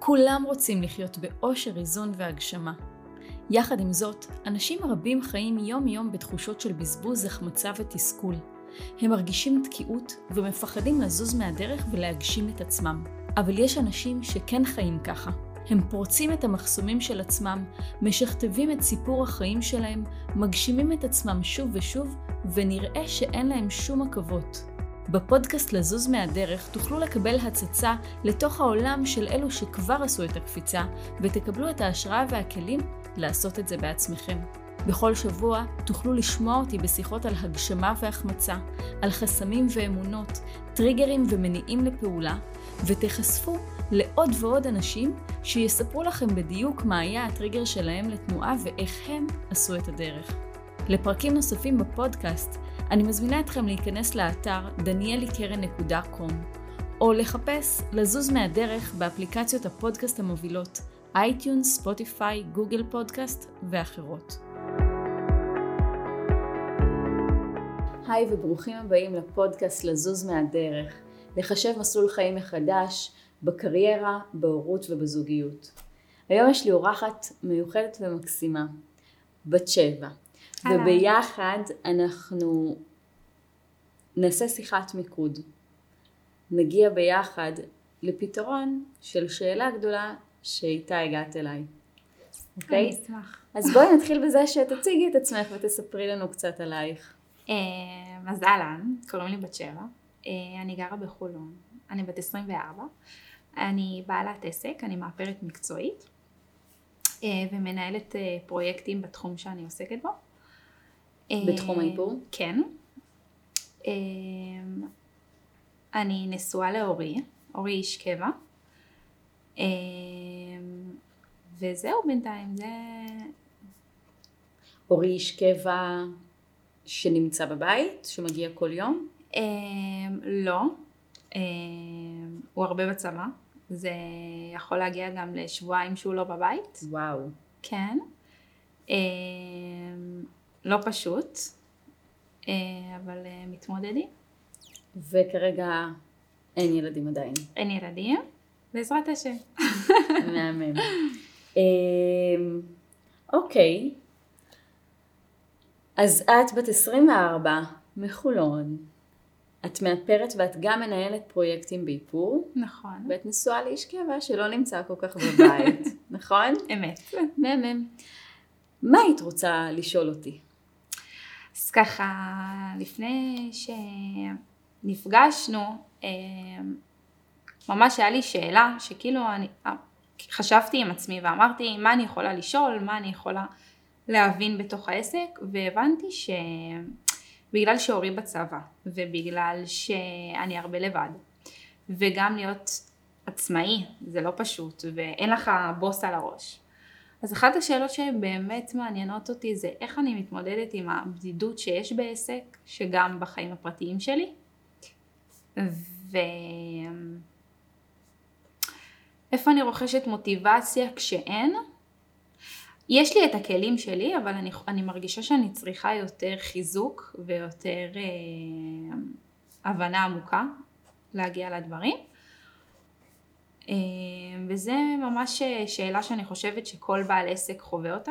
כולם רוצים לחיות באושר, איזון והגשמה. יחד עם זאת, אנשים רבים חיים יום יום בתחושות של בזבוז, החמצה ותסכול. הם מרגישים תקיעות ומפחדים לזוז מהדרך ולהגשים את עצמם. אבל יש אנשים שכן חיים ככה. הם פורצים את המחסומים של עצמם, משכתבים את סיפור החיים שלהם, מגשימים את עצמם שוב ושוב, ונראה שאין להם שום עכבות. בפודקאסט לזוז מהדרך תוכלו לקבל הצצה לתוך העולם של אלו שכבר עשו את הקפיצה, ותקבלו את ההשראה והכלים לעשות את זה בעצמכם. בכל שבוע תוכלו לשמוע אותי בשיחות על הגשמה והחמצה, על חסמים ואמונות, טריגרים ומניעים לפעולה, ותחשפו לעוד ועוד אנשים שיספרו לכם בדיוק מה היה הטריגר שלהם לתנועה ואיך הם עשו את הדרך. לפרקים נוספים בפודקאסט, אני מזמינה אתכם להיכנס לאתר danielikeren.com או לחפש לזוז מהדרך באפליקציות הפודקאסט המובילות, אייטיונס, ספוטיפיי, גוגל פודקאסט ואחרות. היי וברוכים הבאים לפודקאסט לזוז מהדרך, לחשב מסלול חיים מחדש בקריירה, בהורות ובזוגיות. היום יש לי אורחת מיוחדת ומקסימה, בת 7. וביחד אנחנו נעשה שיחת מיקוד. נגיע ביחד לפתרון של שאלה גדולה שאיתה הגעת אליי. אוקיי? אני אשמח. אז בואי נתחיל בזה שתציגי את עצמך ותספרי לנו קצת עלייך. אז אהלן, קוראים לי בת 7. אני גרה בחולון. אני בת 24. אני בעלת עסק, אני מאפרת מקצועית. ומנהלת פרויקטים בתחום שאני עוסקת בו. בתחום האיפור? כן. אני נשואה לאורי, אורי איש קבע. וזהו בינתיים, זה... אורי איש קבע שנמצא בבית, שמגיע כל יום? לא. הוא הרבה בצבא. זה יכול להגיע גם לשבועיים שהוא לא בבית. וואו. כן. לא פשוט, אבל מתמודדים. וכרגע אין ילדים עדיין. אין ילדים, בעזרת השם. מהמם. אוקיי. אז את בת 24 מחולון. את מאפרת ואת גם מנהלת פרויקטים באיפור. נכון. ואת נשואה לאיש קבע שלא נמצא כל כך בבית. נכון? אמת. מהמם. מה היית רוצה לשאול אותי? אז ככה, לפני שנפגשנו, ממש היה לי שאלה שכאילו אני חשבתי עם עצמי ואמרתי מה אני יכולה לשאול, מה אני יכולה להבין בתוך העסק, והבנתי שבגלל שאורי בצבא ובגלל שאני הרבה לבד וגם להיות עצמאי זה לא פשוט ואין לך בוס על הראש. אז אחת השאלות שבאמת מעניינות אותי זה איך אני מתמודדת עם הבדידות שיש בעסק, שגם בחיים הפרטיים שלי. ואיפה אני רוכשת מוטיבציה כשאין. יש לי את הכלים שלי, אבל אני מרגישה שאני צריכה יותר חיזוק ויותר הבנה עמוקה להגיע לדברים. וזה ממש שאלה שאני חושבת שכל בעל עסק חווה אותה.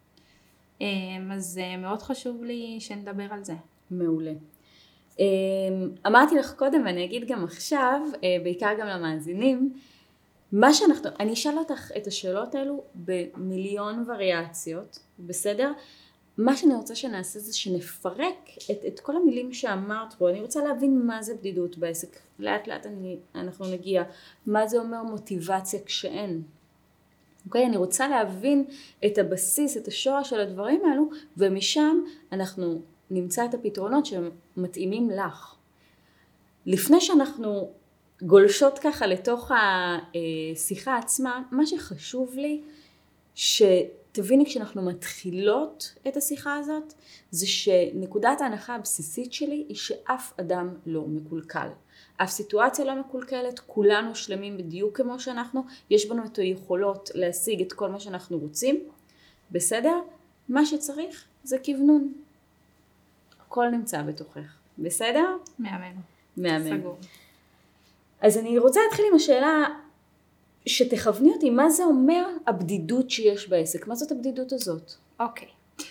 אז מאוד חשוב לי שנדבר על זה. מעולה. אמרתי לך קודם ואני אגיד גם עכשיו, בעיקר גם למאזינים, אני אשאל אותך את השאלות האלו במיליון וריאציות, בסדר? מה שאני רוצה שנעשה זה שנפרק את כל המילים שאמרת בו. אני רוצה להבין מה זה בדידות בעסק. לאט לאט אנחנו נגיע. מה זה אומר מוטיבציה כשאין. אוקיי? אני רוצה להבין את הבסיס, את השורש של הדברים האלו, ומשם אנחנו נמצא את הפתרונות שמתאימים לך. לפני שאנחנו גולשות ככה לתוך השיחה עצמה, מה שחשוב לי תביני כשאנחנו מתחילות את השיחה הזאת, זה שנקודת ההנחה הבסיסית שלי היא שאף אדם לא מקולקל. אף סיטואציה לא מקולקלת, כולנו שלמים בדיוק כמו שאנחנו, יש בנו את היכולות להשיג את כל מה שאנחנו רוצים, בסדר? מה שצריך זה כיוונון. הכל נמצא בתוכך, בסדר? מהמם. מהמם. סגור. אז אני רוצה להתחיל עם השאלה שתכווני אותי, מה זה אומר הבדידות שיש בעסק? מה זאת הבדידות הזאת? אוקיי.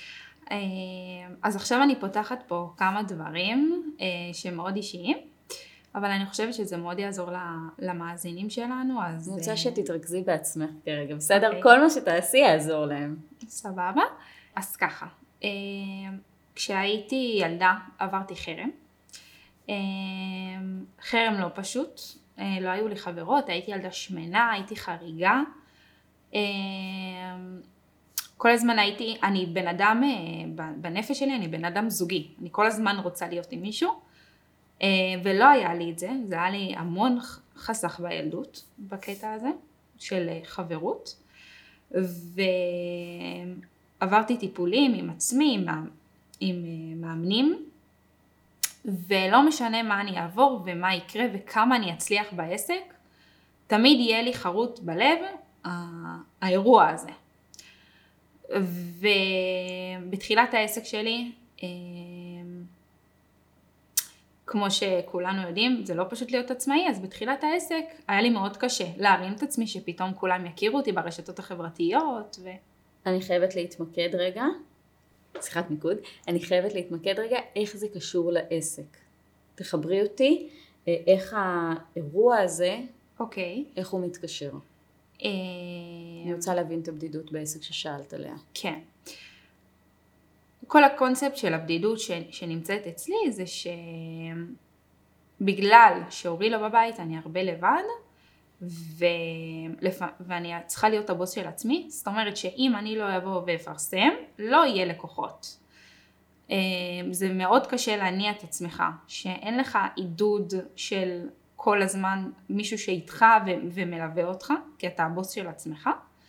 אז עכשיו אני פותחת פה כמה דברים שמאוד אישיים, אבל אני חושבת שזה מאוד יעזור למאזינים שלנו, אז... אני רוצה שתתרכזי בעצמך כרגע, בסדר? כל מה שתעשי יעזור להם. סבבה. אז ככה, כשהייתי ילדה עברתי חרם. חרם לא פשוט, לא היו לי חברות, הייתי ילדה שמנה, הייתי חריגה. כל הזמן אני בן אדם, בנפש שלי אני בן אדם זוגי, אני כל הזמן רוצה להיות עם מישהו, ולא היה לי את זה, זה היה לי המון חסך בילדות בקטע הזה של חברות, ועברתי טיפולים עם עצמי, עם מאמנים, ולא משנה מה אני אעבור ומה יקרה וכמה אני אצליח בעסק, תמיד יהיה לי חרוט בלב האירוע הזה. ובתחילת העסק שלי, כמו שכולנו יודעים, זה לא פשוט להיות עצמאי, אז בתחילת העסק היה לי מאוד קשה להרים את עצמי שפתאום כולם יכירו אותי ברשתות החברתיות. אני חייבת להתמקד רגע, שיחת מיקוד, אני חייבת להתמקד רגע איך זה קשור לעסק. תחברי אותי, איך האירוע הזה, איך הוא מתקשר. אני רוצה להבין את הבדידות בעסק ששאלת עליה. כן. כל הקונספט של הבדידות שנמצאת אצלי זה שבגלל שאורי לא בבית אני הרבה לבד, ואני צריכה להיות הבוס של עצמי, זאת אומרת שאם אני לא אבוא ואפרסם, לא יהיה לקוחות. זה מאוד קשה להניע את עצמך, שאין לך עידוד של כל הזמן מישהו שאיתך ומלווה אותך, כי אתה הבוס של עצמך.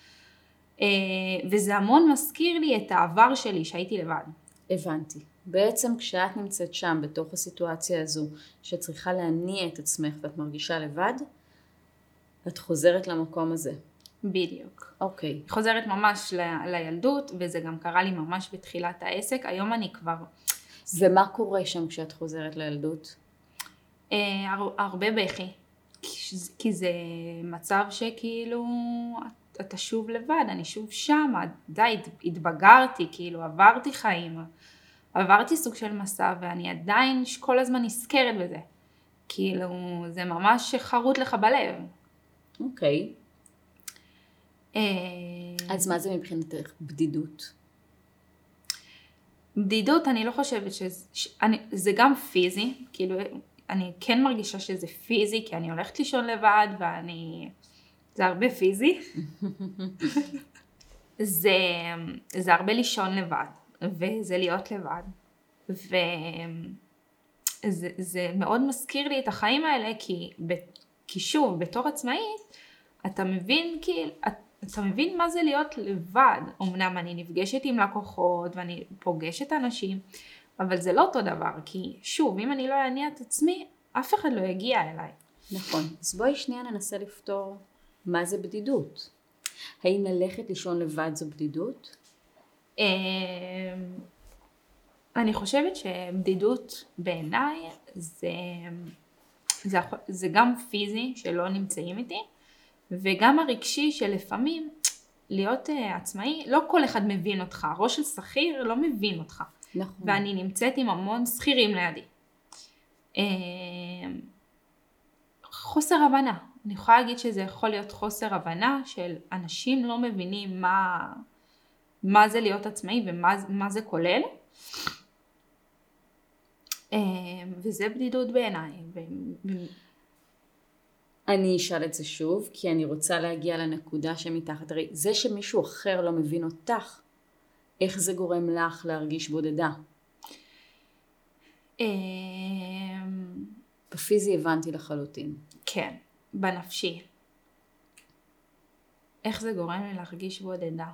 וזה המון מזכיר לי את העבר שלי שהייתי לבד. הבנתי. בעצם כשאת נמצאת שם בתוך הסיטואציה הזו שצריכה להניע את עצמך ואת מרגישה לבד, את חוזרת למקום הזה. בדיוק. אוקיי. חוזרת ממש לילדות, וזה גם קרה לי ממש בתחילת העסק. היום אני כבר... ומה קורה שם כשאת חוזרת לילדות? הרבה בכי. כי זה מצב שכאילו אתה שוב לבד, אני שוב שם, די התבגרתי, כאילו עברתי חיים, עברתי סוג של מסע, ואני עדיין כל הזמן נזכרת בזה. כאילו זה ממש חרוט לך בלב. אוקיי. אז מה זה מבחינתך בדידות? בדידות אני לא חושבת זה גם פיזי, כאילו אני כן מרגישה שזה פיזי, כי אני הולכת לישון לבד זה הרבה פיזי. זה הרבה לישון לבד, וזה להיות לבד. וזה מאוד מזכיר לי את החיים האלה, כי שוב, בתור עצמאית, אתה מבין מה זה להיות לבד. אמנם אני נפגשת עם לקוחות, ואני פוגשת אנשים, אבל זה לא אותו דבר, כי שוב, אם אני לא אעניע את עצמי, אף אחד לא יגיע אליי. נכון. אז בואי שנייה ננסה לפתור מה זה בדידות. האם ללכת לישון לבד זו בדידות? אני חושבת שבדידות בעיניי זה גם פיזי שלא נמצאים איתי, וגם הרגשי שלפעמים להיות עצמאי, לא כל אחד מבין אותך, ראש של שכיר לא מבין אותך. נכון. ואני נמצאת עם המון שכירים לידי. חוסר הבנה. אני יכולה להגיד שזה יכול להיות חוסר הבנה של אנשים לא מבינים מה זה להיות עצמאי ומה זה כולל. וזה בדידות בעיניי. אני אשאל את זה שוב, כי אני רוצה להגיע לנקודה שמתחת. הרי זה שמישהו אחר לא מבין אותך, איך זה גורם לך להרגיש בודדה? בפיזי הבנתי לחלוטין. כן, בנפשי. איך זה גורם לי להרגיש בודדה?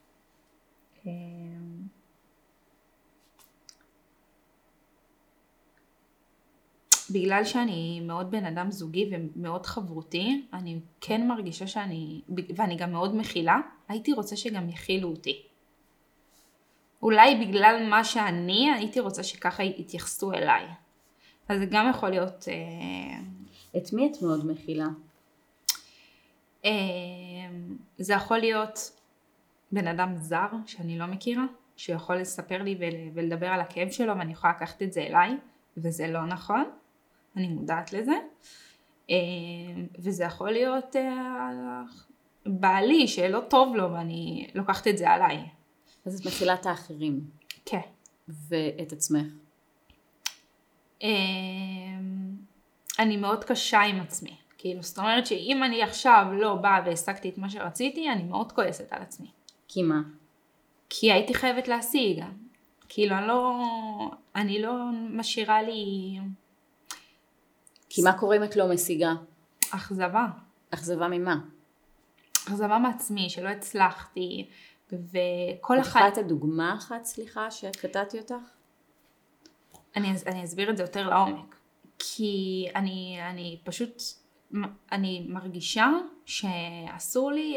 בגלל שאני מאוד בן אדם זוגי ומאוד חברותי, אני כן מרגישה ואני גם מאוד מכילה, הייתי רוצה שגם יכילו אותי. אולי בגלל מה שאני, הייתי רוצה שככה יתייחסו אליי. אז זה גם יכול להיות... את מי את מאוד מכילה? זה יכול להיות בן אדם זר שאני לא מכירה, שיכול לספר לי ולדבר על הכאב שלו, ואני יכולה לקחת את זה אליי, וזה לא נכון, אני מודעת לזה. וזה יכול להיות בעלי שלא טוב לו, ואני לוקחת את זה עליי. אז את מצילה את האחרים. כן. ואת עצמך. אני מאוד קשה עם עצמי. כאילו, זאת אומרת שאם אני עכשיו לא באה והשגתי את מה שרציתי, אני מאוד כועסת על עצמי. כי מה? כי הייתי חייבת להשיג. כאילו, אני לא משאירה לי... כי מה קורה אם את לא משיגה? אכזבה. אכזבה ממה? אכזבה מעצמי, שלא הצלחתי, וכל את יכולה לתת דוגמה אחת, סליחה, שקטעתי אותך? אני אסביר את זה יותר לעומק. כי אני פשוט, אני מרגישה שאסור לי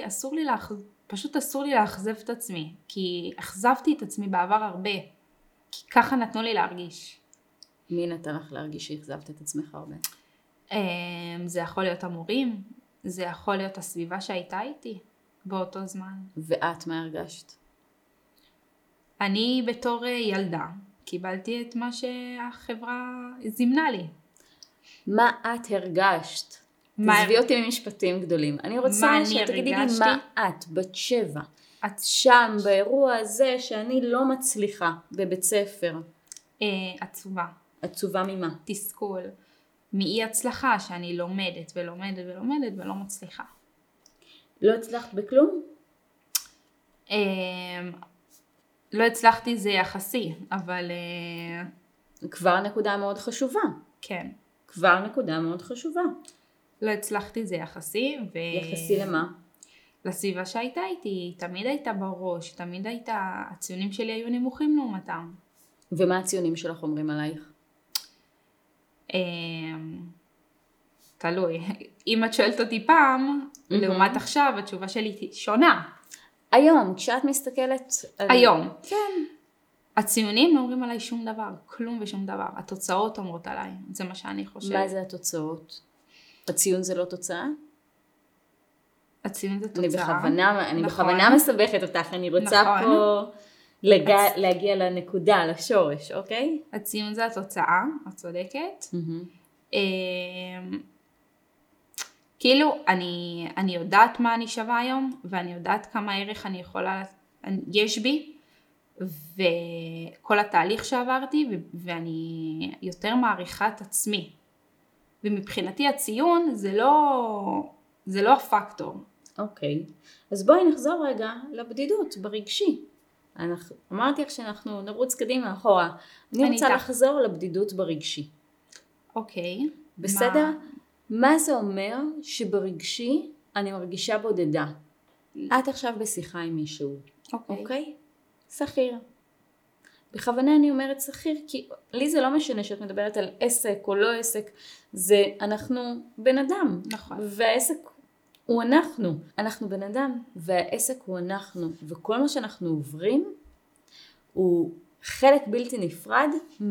לאכזב את עצמי. כי אכזבתי את עצמי בעבר הרבה. כי ככה נתנו לי להרגיש. מי נתן לך להרגיש שהכזבת את עצמך הרבה? זה יכול להיות המורים, זה יכול להיות הסביבה שהייתה איתי באותו זמן. ואת מה הרגשת? אני בתור ילדה קיבלתי את מה שהחברה זימנה לי. מה את הרגשת? תעזבי אותי ממשפטים גדולים. אני רוצה שתגידי לי מה את, בת 7. את שם באירוע הזה שאני לא מצליחה בבית ספר. עצובה. עצובה ממה? תסכול. מאי הצלחה שאני לומדת ולומדת ולומדת ולא מצליחה. לא הצלחת בכלום? לא הצלחתי זה יחסי, אבל... כבר נקודה מאוד חשובה. כן. כבר נקודה מאוד חשובה. לא הצלחתי זה יחסי. יחסי למה? לסביבה שהייתה איתי, היא תמיד הייתה בראש, תמיד הייתה, הציונים שלי היו נמוכים לעומתם. ומה הציונים שלך אומרים עלייך? תלוי. אם את שואלת אותי פעם, לעומת עכשיו, התשובה שלי שונה. היום, כשאת מסתכלת... היום. כן. הציונים לא אומרים עליי שום דבר, כלום ושום דבר. התוצאות אומרות עליי, זה מה שאני חושבת. מה זה התוצאות? הציון זה לא תוצאה? הציון זה תוצאה. אני בכוונה מסבכת אותך, אני רוצה פה להגיע לנקודה, לשורש, אוקיי? הציון זה התוצאה, את צודקת. כאילו, אני יודעת מה אני שווה היום, ואני יודעת כמה ערך אני יכולה, יש בי, וכל התהליך שעברתי, ואני יותר מעריכה את עצמי. ומבחינתי הציון זה לא הפקטור. אוקיי, אז בואי נחזור רגע לבדידות, ברגשי. אמרתי לך שאנחנו נרוץ קדימה אחורה. אני רוצה לחזור לבדידות ברגשי. אוקיי. בסדר? מה זה אומר שברגשי אני מרגישה בודדה? את עכשיו בשיחה עם מישהו. אוקיי? שכיר. בכוונה אני אומרת שכיר, כי לי זה לא משנה שאת מדברת על עסק או לא עסק. זה אנחנו בן אדם. נכון. והעסק הוא אנחנו. אנחנו בן אדם והעסק הוא אנחנו. וכל מה שאנחנו עוברים הוא חלק בלתי נפרד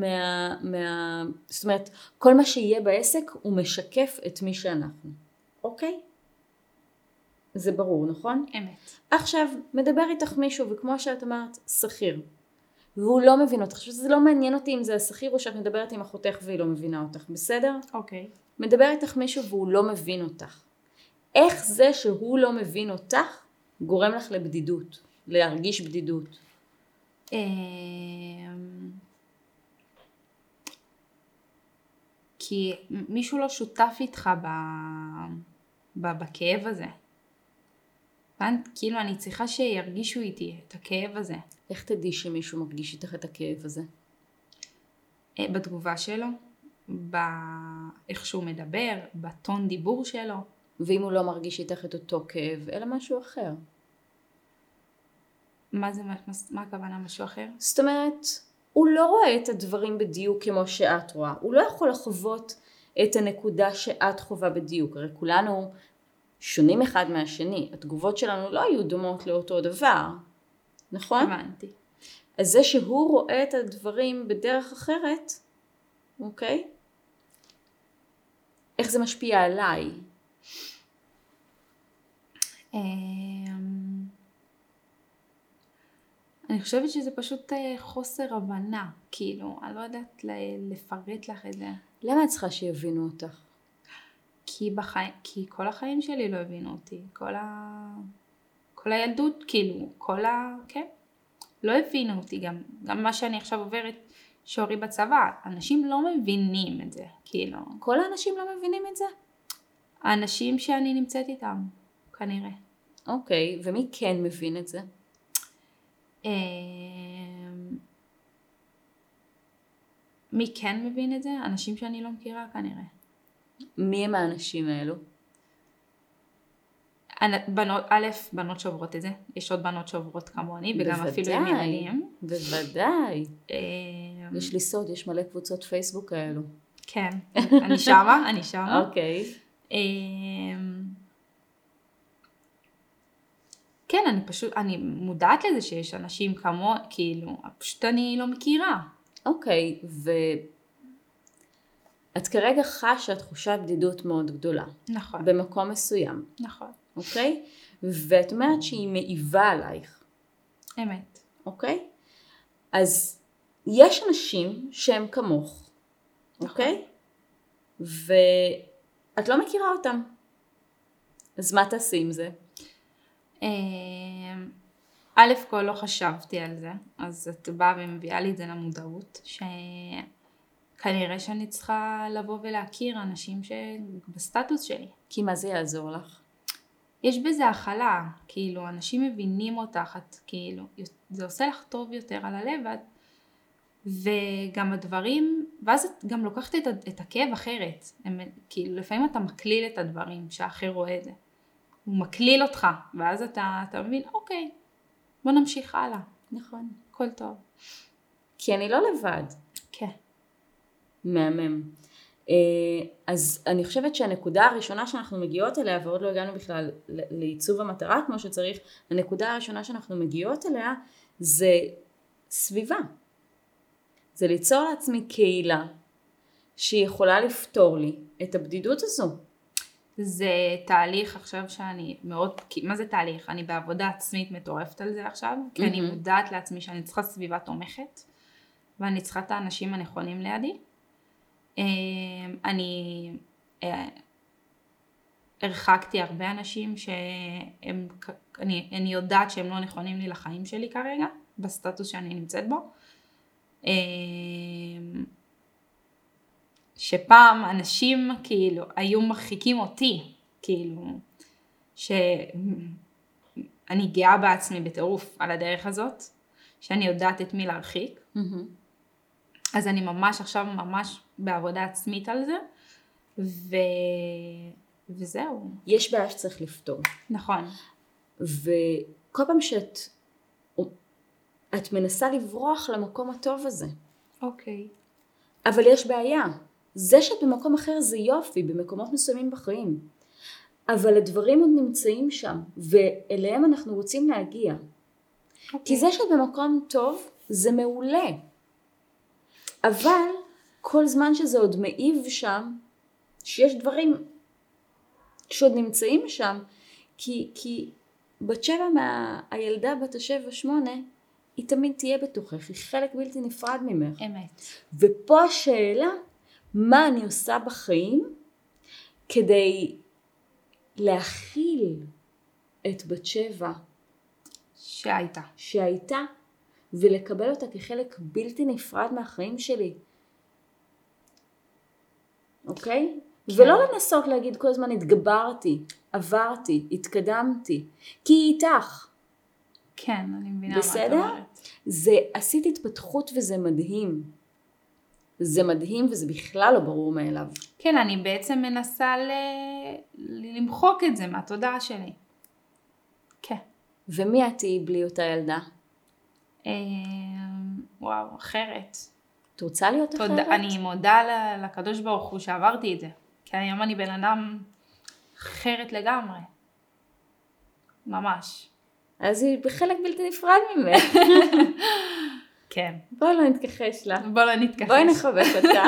זאת אומרת, כל מה שיהיה בעסק הוא משקף את מי שאנחנו. אוקיי? זה ברור, נכון? אמת. עכשיו, מדבר איתך מישהו, וכמו שאת אמרת, שכיר. והוא לא מבין אותך. עכשיו, זה לא מעניין אותי אם זה השכיר או שאת מדברת עם אחותך והיא לא מבינה אותך. בסדר? אוקיי. מדבר איתך מישהו והוא לא מבין אותך. איך זה שהוא לא מבין אותך גורם לך לבדידות, להרגיש בדידות? כי מישהו לא שותף איתך בכאב הזה. כאילו אני צריכה שירגישו איתי את הכאב הזה. איך תדעי שמישהו מרגיש איתך את הכאב הזה? בתגובה שלו, באיך שהוא מדבר, בטון דיבור שלו. ואם הוא לא מרגיש איתך את אותו כאב, אלא משהו אחר? מה הכוונה משהו אחר? זאת אומרת, הוא לא רואה את הדברים בדיוק כמו שאת רואה. הוא לא יכול לחוות את הנקודה שאת חווה בדיוק. הרי כולנו שונים אחד מהשני. התגובות שלנו לא היו דומות לאותו דבר. נכון? הבנתי. אז זה שהוא רואה את הדברים בדרך אחרת, אוקיי? איך זה משפיע עליי? אני חושבת שזה פשוט חוסר הבנה, כאילו, אני לא יודעת לפרט לך את זה. למה את צריכה שיבינו אותך? כי כל החיים שלי לא הבינו אותי, כל הילדות, כאילו, כן, לא הבינו אותי, גם מה שאני עכשיו עוברת, שורי בצבא, אנשים לא מבינים את זה, כאילו. כל האנשים לא מבינים את זה? האנשים שאני נמצאת איתם, כנראה. אוקיי, ומי כן מבין את זה? מי כן מבין את זה? אנשים שאני לא מכירה כנראה. מי הם האנשים האלו? בנות שעוברות את זה, יש עוד בנות שעוברות כמוני, וגם אפילו עם ילדים. בוודאי. יש לי סוד, יש מלא קבוצות פייסבוק כאלו. כן, אני שמה. אוקיי. כן, אני מודעת לזה שיש אנשים כמו, כאילו, פשוט אני לא מכירה. אוקיי, את כרגע חשה תחושת בדידות מאוד גדולה. נכון. במקום מסוים. נכון. אוקיי? ואת אומרת שהיא מעיבה עלייך. אמת. אוקיי? אז יש אנשים שהם כמוך. אוקיי? ואת לא מכירה אותם. אז מה תעשי עם זה? א' כל לא חשבתי על זה, אז את באה ומביאה לי את זה למודעות, שכנראה שאני צריכה לבוא ולהכיר אנשים שבסטטוס שלי. כי מה זה יעזור לך? יש בזה הכלה, כאילו אנשים מבינים אותך, כאילו, זה עושה לך טוב יותר על הלב, וגם הדברים, ואז את גם לוקחת את הכאב אחרת, כאילו לפעמים אתה מקליל את הדברים שהאחר רואה את זה. הוא מקליל אותך, ואז אתה מבין, אוקיי, בוא נמשיך הלאה. נכון. הכל טוב. כי אני לא לבד. כן. מהמם. אז אני חושבת שהנקודה הראשונה שאנחנו מגיעות אליה, ועוד לא הגענו בכלל לעיצוב המטרה כמו שצריך, הנקודה הראשונה שאנחנו מגיעות אליה, זה סביבה. זה ליצור לעצמי קהילה, שהיא יכולה לפתור לי את הבדידות הזו. זה תהליך עכשיו שאני מאוד, מה זה תהליך? אני בעבודה עצמית מטורפת על זה עכשיו, כי אני מודעת לעצמי שאני צריכה סביבה תומכת, ואני צריכה את האנשים הנכונים לידי. אני הרחקתי הרבה אנשים אני יודעת שהם לא נכונים לי לחיים שלי כרגע, בסטטוס שאני נמצאת בו. שפעם אנשים כאילו היו מרחיקים אותי, כאילו שאני גאה בעצמי בטירוף על הדרך הזאת, שאני יודעת את מי להרחיק. אז אני ממש עכשיו ממש בעבודה עצמית על זה, וזהו. יש בעיה שצריך לפתור. נכון. וכל פעם את מנסה לברוח למקום הטוב הזה. אוקיי. אבל יש בעיה. זה שאת במקום אחר זה יופי, במקומות מסוימים בחיים. אבל הדברים עוד נמצאים שם, ואליהם אנחנו רוצים להגיע. כי זה שאת במקום טוב, זה מעולה. אבל כל זמן שזה עוד מעיב שם, שיש דברים שעוד נמצאים שם, כי בת שבע הילדה בת 7-8, היא תמיד תהיה בתוכך, היא חלק בלתי נפרד ממך. אמת. ופה השאלה, מה אני עושה בחיים כדי להכיל את בת שבע שהייתה ולקבל אותה כחלק בלתי נפרד מהחיים שלי. אוקיי? כן. ולא לנסות להגיד כל הזמן התגברתי, עברתי, התקדמתי, כי היא איתך. כן, אני מבינה בסדר? מה את אומרת. זה עשית התפתחות וזה מדהים. זה מדהים וזה בכלל לא ברור מאליו. כן, אני בעצם מנסה למחוק את זה מהתודעה שלי. כן. ומי את תהיי בלי אותה ילדה? וואו, אחרת. את רוצה להיות אחרת? אני מודה לקדוש ברוך הוא שעברתי את זה. כי היום אני בן אדם אחרת לגמרי. ממש. אז היא בחלק בלתי נפרד ממך. כן. בואי לא נתכחש לה. בואי נחבק אותה.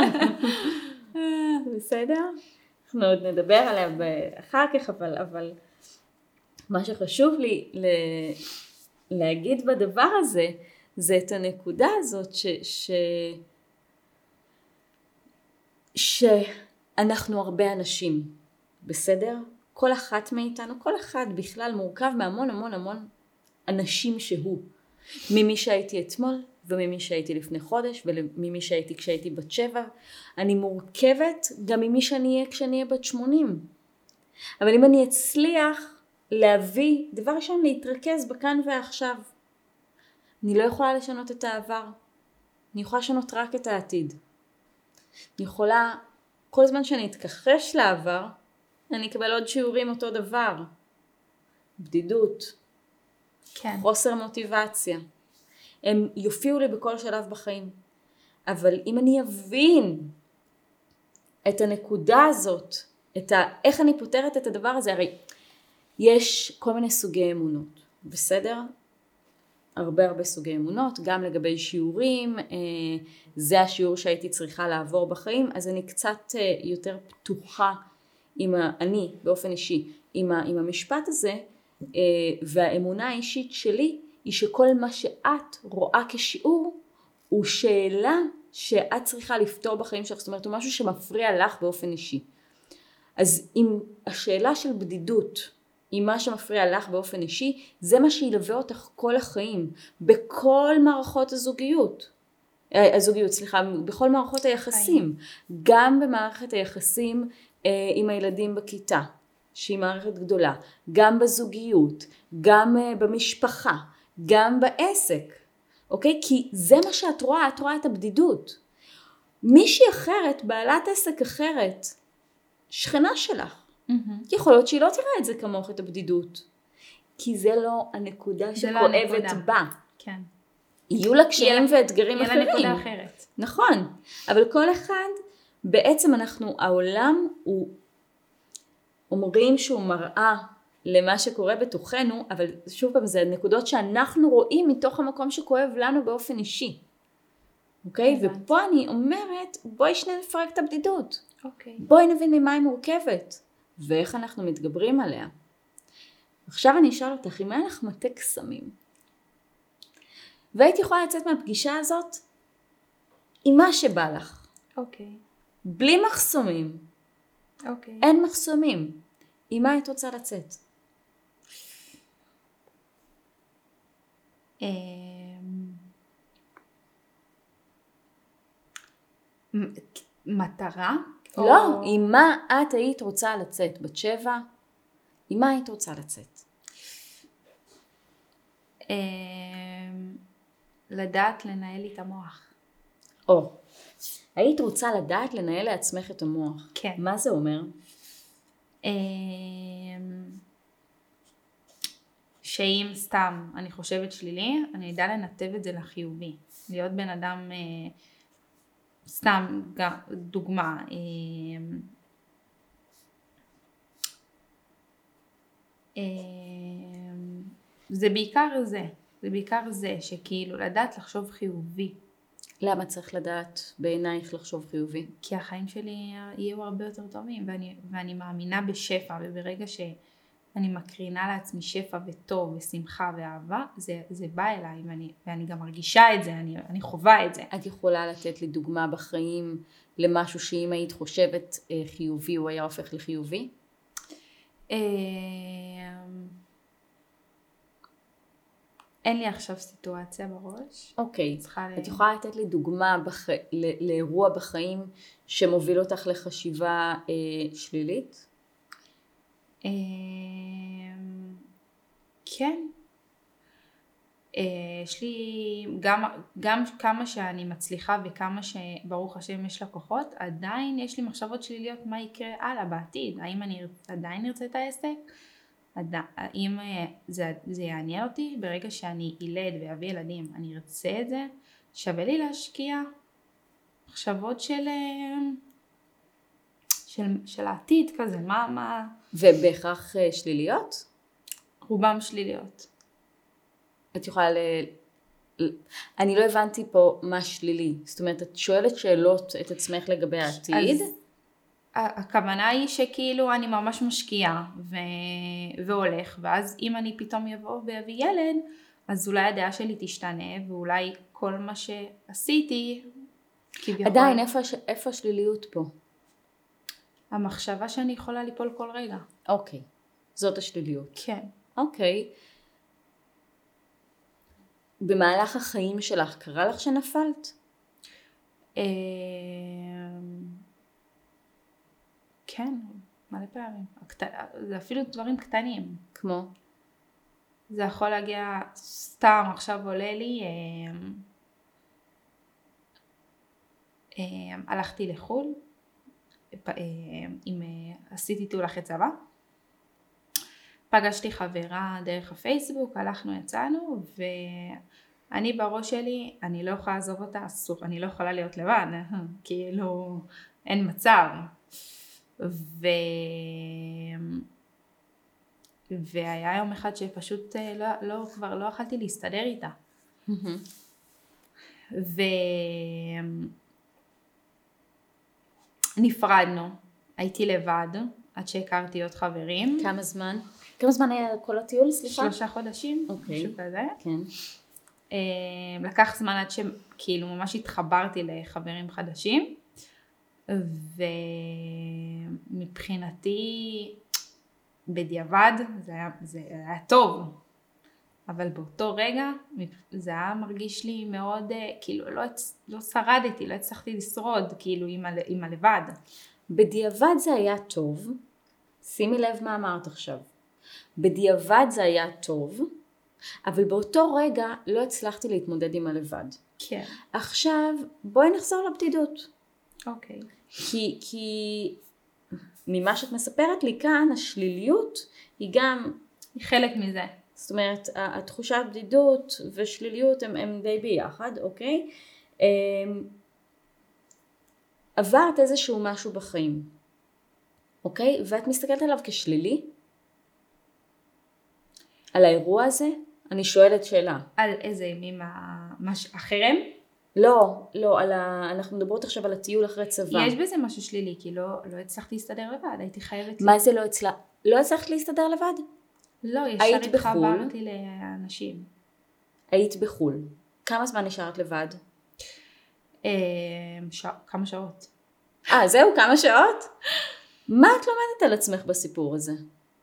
בסדר? אנחנו עוד נדבר עליה אחר כך, אבל מה שחשוב לי להגיד בדבר הזה, זה את הנקודה הזאת שאנחנו הרבה אנשים, בסדר? כל אחת מאיתנו, כל אחד בכלל מורכב מהמון המון המון אנשים שהוא. ממי שהייתי אתמול וממי שהייתי לפני חודש וממי שהייתי כשהייתי בת 7. אני מורכבת גם ממי שאני אהיה כשאני אהיה בת 80. אבל אם אני אצליח להביא, דבר ראשון להתרכז בכאן ועכשיו. אני לא יכולה לשנות את העבר. אני יכולה לשנות רק את העתיד. אני יכולה, כל זמן שאני אתכחש לעבר, אני אקבל עוד שיעורים אותו דבר. בדידות. כן. חוסר מוטיבציה. הם יופיעו לי בכל שלב בחיים. אבל אם אני אבין את הנקודה הזאת, איך אני פותרת את הדבר הזה, הרי יש כל מיני סוגי אמונות, בסדר? הרבה סוגי אמונות, גם לגבי שיעורים, זה השיעור שהייתי צריכה לעבור בחיים, אז אני קצת יותר פתוחה, אני באופן אישי, עם המשפט הזה, והאמונה האישית שלי, היא שכל מה שאת רואה כשיעור, הוא שאלה שאת צריכה לפתור בחיים שלך, זאת אומרת, הוא משהו שמפריע לך באופן אישי. אז אם השאלה של בדידות, אם מה שמפריע לך באופן אישי, זה מה שילווה אותך כל החיים, בכל מערכות הזוגיות, בכל מערכות היחסים, גם במערכת היחסים עם הילדים בכיתה, שהיא מערכת גדולה, גם בזוגיות, גם במשפחה, גם בעסק, אוקיי? כי זה מה שאת רואה, את רואה את הבדידות. מישהי אחרת, בעלת עסק אחרת, שכנה שלך, יכול להיות שהיא לא תראה את זה כמוך, את הבדידות, כי זה לא הנקודה שכואבת בה. כן. יהיו לה קשיים ואתגרים אחרים. יהיה לה נקודה אחרת. נכון, אבל כל אחד, בעצם העולם הוא, אומרים שהוא מראה למה שקורה בתוכנו, אבל שוב פעם זה נקודות שאנחנו רואים מתוך המקום שכואב לנו באופן אישי. אוקיי? ופה אני אומרת, בואי שני נפרק את הבדידות. אוקיי. בואי נבין ממה היא מורכבת, ואיך אנחנו מתגברים עליה. עכשיו אני אשאל אותך, אם היה לך מטה קסמים, והיית יכולה לצאת מהפגישה הזאת, עם מה שבא לך. אוקיי. בלי מחסומים. אוקיי. אין מחסומים. עם מה היית רוצה לצאת? מטרה? לא, עם מה את היית רוצה לצאת? בת 7? עם מה היית רוצה לצאת? לדעת לנהל לי את המוח. היית רוצה לדעת לנהל לעצמך את המוח. כן. מה זה אומר? שאם סתם אני חושבת שלילי, אני אדע לנתב את זה לחיובי. להיות בן אדם, סתם דוגמה, זה בעיקר זה שכאילו לדעת לחשוב חיובי. למה צריך לדעת בעינייך לחשוב חיובי? כי החיים שלי יהיו הרבה יותר טובים, ואני מאמינה בשפע, וברגע שאני מקרינה לעצמי שפע וטוב ושמחה ואהבה, זה בא אליי, ואני גם מרגישה את זה, אני חווה את זה. את יכולה לתת לי דוגמה בחיים למשהו שאם היית חושבת חיובי, הוא היה הופך לחיובי? אין לי עכשיו סיטואציה בראש. אוקיי, את יכולה לתת לי דוגמה לאירוע בחיים שמוביל אותך לחשיבה שלילית? כן. יש לי גם כמה שאני מצליחה וכמה שברוך השם יש לקוחות, עדיין יש לי מחשבות שליליות מה יקרה הלאה בעתיד. האם אני עדיין ארצה את העסק? האם זה יעניין אותי? ברגע שאני ילד ואביא ילדים, אני ארצה את זה? שווה לי להשקיע מחשבות של העתיד כזה, מה? ובהכרח שליליות? רובם שליליות. את יכולה אני לא הבנתי פה מה שלילי. זאת אומרת, את שואלת שאלות את עצמך לגבי העתיד? הכוונה היא שכאילו אני ממש משקיעה והולך, ואז אם אני פתאום יבוא ויביא ילד, אז אולי הדעה שלי תשתנה, ואולי כל מה שעשיתי כביכול. עדיין, איפה השליליות פה? המחשבה שאני יכולה ליפול כל רגע. אוקיי, זאת השליליות. כן. אוקיי. במהלך החיים שלך, קרה לך שנפלת? כן, מלא פעמים. זה אפילו דברים קטנים. כמו? זה יכול להגיע, סתם עכשיו עולה לי, הלכתי לחול, עשיתי טיול אחרי צבא, פגשתי חברה דרך הפייסבוק, הלכנו יצאנו, ואני בראש שלי, אני לא יכולה לעזוב אותה, אסור, אני לא יכולה להיות לבד, כאילו אין מצב. והיה יום אחד שפשוט כבר לא יכלתי להסתדר איתה. ונפרדנו, הייתי לבד עד שהכרתי עוד חברים. כמה זמן היה כל הטיול, סליחה? 3 חודשים, משהו כזה. כן. לקח זמן עד שכאילו ממש התחברתי לחברים חדשים, ומבחינתי בדיעבד זה היה טוב, אבל באותו רגע זה היה מרגיש לי מאוד, כאילו לא שרדתי, לא הצלחתי לשרוד כאילו עם הלבד. בדיעבד זה היה טוב, שימי לב מה אמרת עכשיו, בדיעבד זה היה טוב, אבל באותו רגע לא הצלחתי להתמודד עם הלבד. כן. עכשיו בואי נחזור לבדידות. אוקיי. כי ממה שאת מספרת לי כאן, השליליות היא גם... היא חלק מזה. זאת אומרת, התחושת בדידות ושליליות הם די ביחד, אוקיי? עברת איזשהו משהו בחיים, אוקיי? ואת מסתכלת עליו כשלילי? על האירוע הזה? אני שואלת שאלה. על איזה, החרם? לא, אנחנו מדברות עכשיו על הטיול אחרי צבא. יש בזה משהו שלילי, כי לא הצלחתי להסתדר לבד, הייתי חייבת... מה זה לא הצלחת להסתדר לבד? לא, ישר התחברתי לאנשים. היית בחול. כמה זמן נשארת לבד? כמה שעות. זהו, כמה שעות? מה את לומדת על עצמך בסיפור הזה?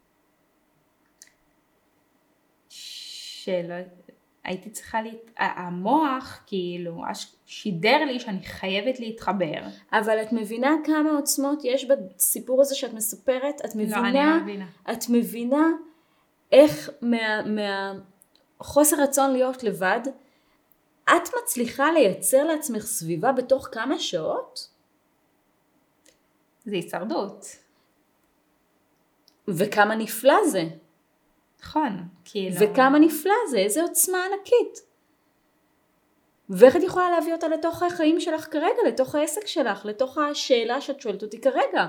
הייתי צריכה, המוח כאילו שידר לי שאני חייבת להתחבר. אבל את מבינה כמה עוצמות יש בסיפור הזה שאת מספרת? את מבינה, לא, אני לא מבינה. את מבינה איך מהחוסר רצון להיות לבד, את מצליחה לייצר לעצמך סביבה בתוך כמה שעות? זה הישרדות. וכמה נפלא זה. נכון, כאילו. וכמה נפלא זה, איזה עוצמה ענקית. ואיך את יכולה להביא אותה לתוך החיים שלך כרגע, לתוך העסק שלך, לתוך השאלה שאת שואלת אותי כרגע?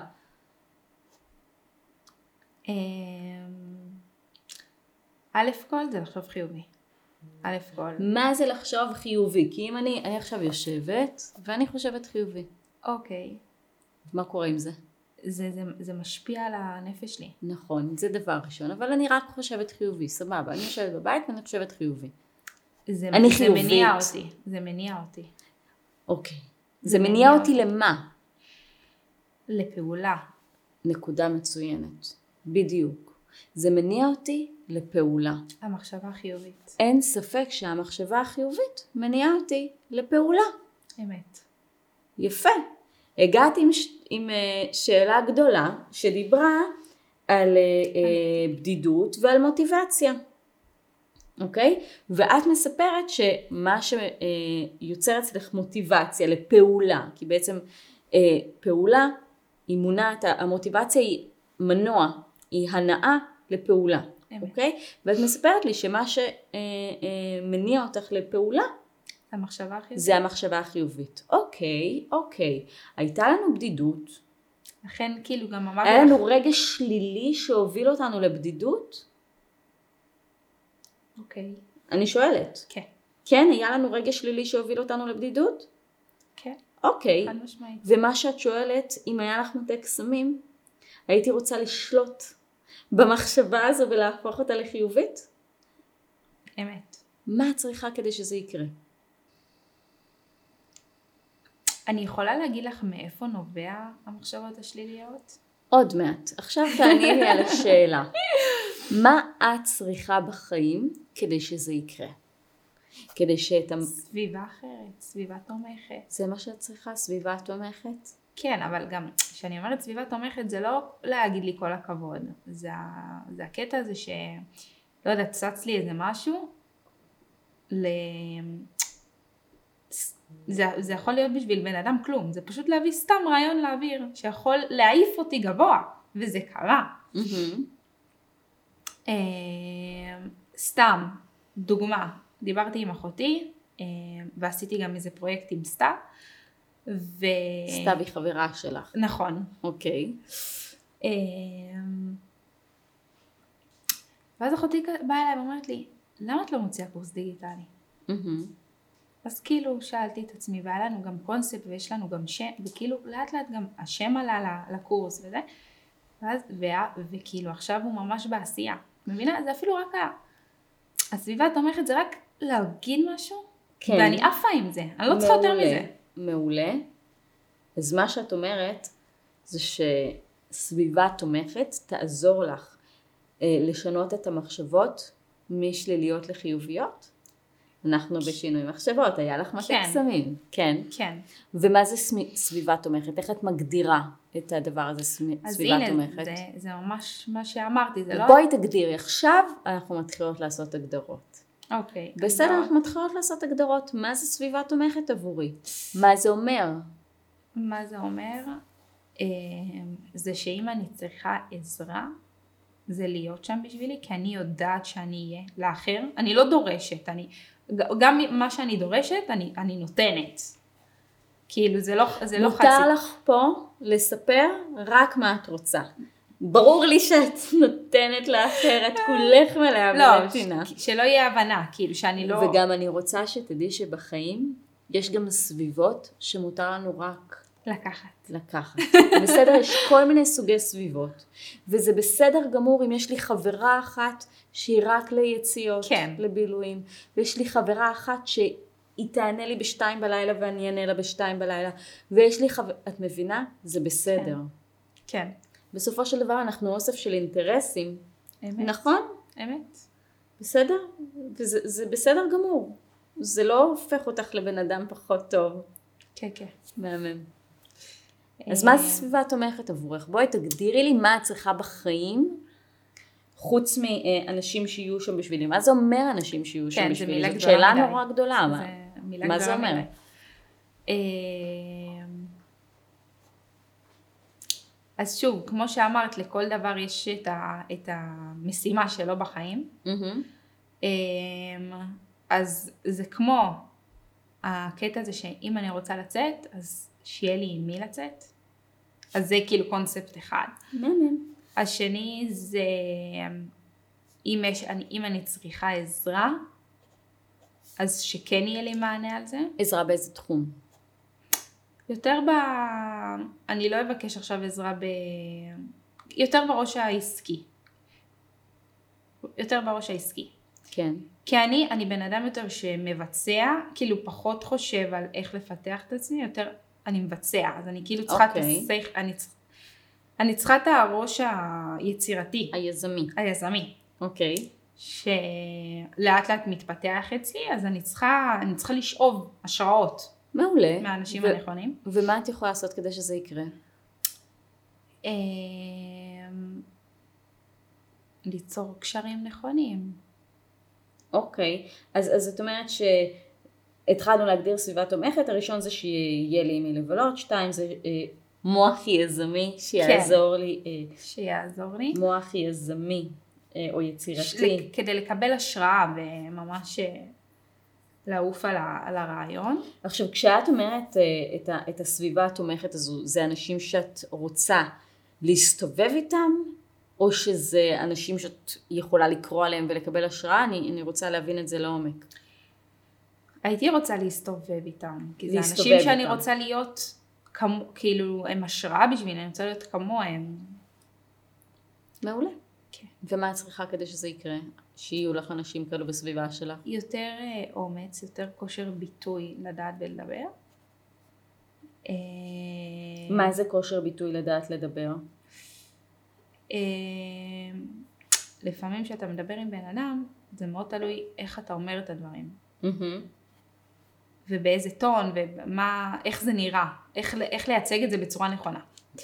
א' כל זה לחשוב חיובי. א' כל. מה זה לחשוב חיובי? כי אם אני עכשיו יושבת ואני חושבת חיובי. אוקיי. מה קורה עם זה? זה משפיע על הנפש שלי. נכון, זה דבר ראשון, אבל אני רק חושבת חיובי, סבבה, אני יושבת בבית ואני חושבת חיובי. זה מניע אותי. אוקיי. זה מניע אותי למה? לפעולה. נקודה מצוינת. בדיוק. זה מניע אותי לפעולה. המחשבה החיובית. אין ספק שהמחשבה החיובית מניעה אותי לפעולה. אמת. יפה. הגעת עם שאלה גדולה שדיברה על בדידות ועל מוטיבציה. אוקיי? ואת מספרת שמה שיוצר אצלך מוטיבציה לפעולה, כי בעצם פעולה היא מונעת, המוטיבציה היא מנוע, היא הנאה לפעולה. אוקיי? ואת מספרת לי שמה שמניע אותך לפעולה, המחשבה החיובית. זה המחשבה החיובית. אוקיי. הייתה לנו בדידות. לכן כאילו גם אמרתי... היה לנו רגע שלילי שהוביל אותנו לבדידות? אוקיי. אני שואלת. כן. כן, היה לנו רגע שלילי שהוביל אותנו לבדידות? כן. אוקיי. חד משמעית. ומה שאת שואלת, אם היה לך מטה קסמים, הייתי רוצה לשלוט במחשבה הזו ולהפוך אותה לחיובית? אמת. מה את צריכה כדי שזה יקרה? אני יכולה להגיד לך מאיפה נובע המחשבות השליליות? עוד מעט. עכשיו תעני לי על השאלה. מה את צריכה בחיים כדי שזה יקרה? כדי סביבה אחרת, סביבה תומכת. זה מה שאת צריכה, סביבה תומכת? כן, אבל גם כשאני אומרת סביבה תומכת, זה לא להגיד לי כל הכבוד. זה הקטע הזה לא יודעת, צץ לי איזה משהו, זה יכול להיות בשביל בן אדם כלום, זה פשוט להביא סתם רעיון לאוויר, שיכול להעיף אותי גבוה, וזה קרה. סתם, דוגמה, דיברתי עם אחותי, ועשיתי גם איזה פרויקט עם סתיו, סתיו היא חברה שלך. נכון. אוקיי. ואז אחותי באה אליי ואומרת לי, למה את לא מוציאה קורס דיגיטלי? אז כאילו שאלתי את עצמי, והיה לנו גם קונספט ויש לנו גם שם, וכאילו לאט לאט גם השם עלה לקורס וזה, וכאילו עכשיו הוא ממש בעשייה. מבינה? זה אפילו רק הסביבה התומכת, זה רק להגיד משהו, כן. ואני עפה עם זה, אני לא צריכה יותר מזה. מעולה. אז מה שאת אומרת, זה שסביבה תומכת תעזור לך לשנות את המחשבות משליליות לחיוביות? אנחנו בשינוי מחשבות, היה לך מטה קסמים. כן. כן. ומה זה סביבה תומכת? איך את מגדירה את הדבר הזה, סביבה תומכת? אז הנה, זה ממש מה שאמרתי, זה לא... בואי תגדירי, עכשיו אנחנו מתחילות לעשות הגדרות. אוקיי. בסדר, אנחנו מתחילות לעשות הגדרות. מה זה סביבה תומכת עבורי? מה זה אומר? מה זה אומר? זה שאם אני צריכה עזרה, זה להיות שם בשבילי, כי אני יודעת שאני אהיה לאחר. אני לא דורשת, גם מה שאני דורשת, אני נותנת. כאילו זה לא חצי. מותר לך פה לספר רק מה את רוצה. ברור לי שאת נותנת לאחר, את כולך מלאה בנתינה. לא, שלא יהיה הבנה, כאילו שאני לא... וגם אני רוצה שתדעי שבחיים יש גם סביבות שמותר לנו רק לקחת. בסדר, יש כל מיני סוגי סביבות. וזה בסדר גמור אם יש לי חברה אחת שהיא רק ליציאות, כן. לבילויים. ויש לי חברה אחת שהיא תענה לי ב2 בלילה ואני אענה לה ב2 בלילה. ויש לי את מבינה? זה בסדר. כן. בסופו של דבר אנחנו אוסף של אינטרסים. אמת. נכון? אמת. בסדר? וזה בסדר גמור. זה לא הופך אותך לבן אדם פחות טוב. כן, כן. מהמם. אז מה זה סביבה תומכת עבורך? בואי תגדירי לי מה את צריכה בחיים, חוץ מאנשים שיהיו שם בשבילי. מה זה אומר אנשים שיהיו שם בשבילי? כן, זה מילה גדולה שאלה מדי. נורא גדולה. מה זה אומר? אז שוב, כמו שאמרת, לכל דבר יש את המשימה שלו בחיים. אז זה כמו הקטע הזה שאם אני רוצה לצאת, אז שיהיה לי עם מי לצאת. אז זה כאילו קונספט אחד. השני זה, אם אני צריכה עזרה, אז שכן יהיה לי מענה על זה. עזרה באיזה תחום? יותר אני לא אבקש עכשיו עזרה יותר בראש העסקי. כן. כי אני בן אדם יותר שמבצע, כאילו פחות חושב על איך לפתח את עצמי, יותר אני מבצע. אז אני כאילו צריכה אני צריכה את הראש היצירתי. היזמי. אוקיי. שלאט לאט מתפתח אצלי, אז אני צריכה לשאוב השראות. מעולה. מהאנשים הנכונים. ומה את יכולה לעשות כדי שזה יקרה? ליצור קשרים נכונים. אוקיי. אז את אומרת שהתחלנו להגדיר סביבה תומכת. הראשון זה שיהיה לי מי לבלות. 2 זה מוח יזמי שיעזור לי. מוח יזמי או יצירתי. כדי לקבל השראה וממש לעוף על הרעיון. עכשיו, כשאת אומרת את הסביבה התומכת הזו, זה אנשים שאת רוצה להסתובב איתם, או שזה אנשים שאת יכולה לקרוא עליהם ולקבל השראה? אני רוצה להבין את זה לעומק. הייתי רוצה להסתובב איתם, כי זה להסתובב אנשים שאני איתם. רוצה להיות, כאילו, הם השראה בשבילי, אני רוצה להיות כמוהם. מעולה. כן. ומה את צריכה כדי שזה יקרה? שיהיו לך אנשים כאלו בסביבה שלך? יותר אומץ, יותר כושר ביטוי לדעת ולדבר. מה זה כושר ביטוי לדעת לדבר? לפעמים כשאתה מדבר עם בן אדם, זה מאוד תלוי איך אתה אומר את הדברים. ובאיזה טון, איך זה נראה, איך לייצג את זה בצורה נכונה.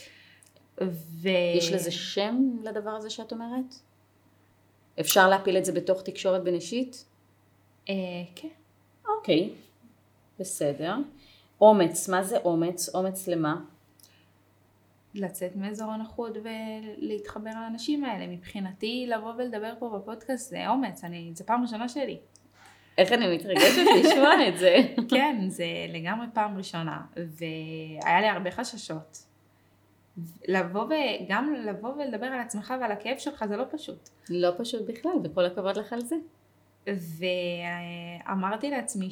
יש לזה שם לדבר הזה שאת אומרת? אפשר להפיל את זה בתוך תקשורת בין אישית? כן. אוקיי, בסדר. אומץ, מה זה אומץ? אומץ למה? לצאת מאזור הנוחות ולהתחבר לאנשים האלה. מבחינתי לבוא ולדבר פה בפודקאסט זה אומץ, זה פעם ראשונה שלי. איך אני מתרגשת לשמוע את זה? כן, זה לגמרי פעם ראשונה, והיה לי הרבה חששות. גם לבוא ולדבר על עצמך ועל הכאב שלך זה לא פשוט. לא פשוט בכלל, וכל הכבוד לך על זה. ואמרתי לעצמי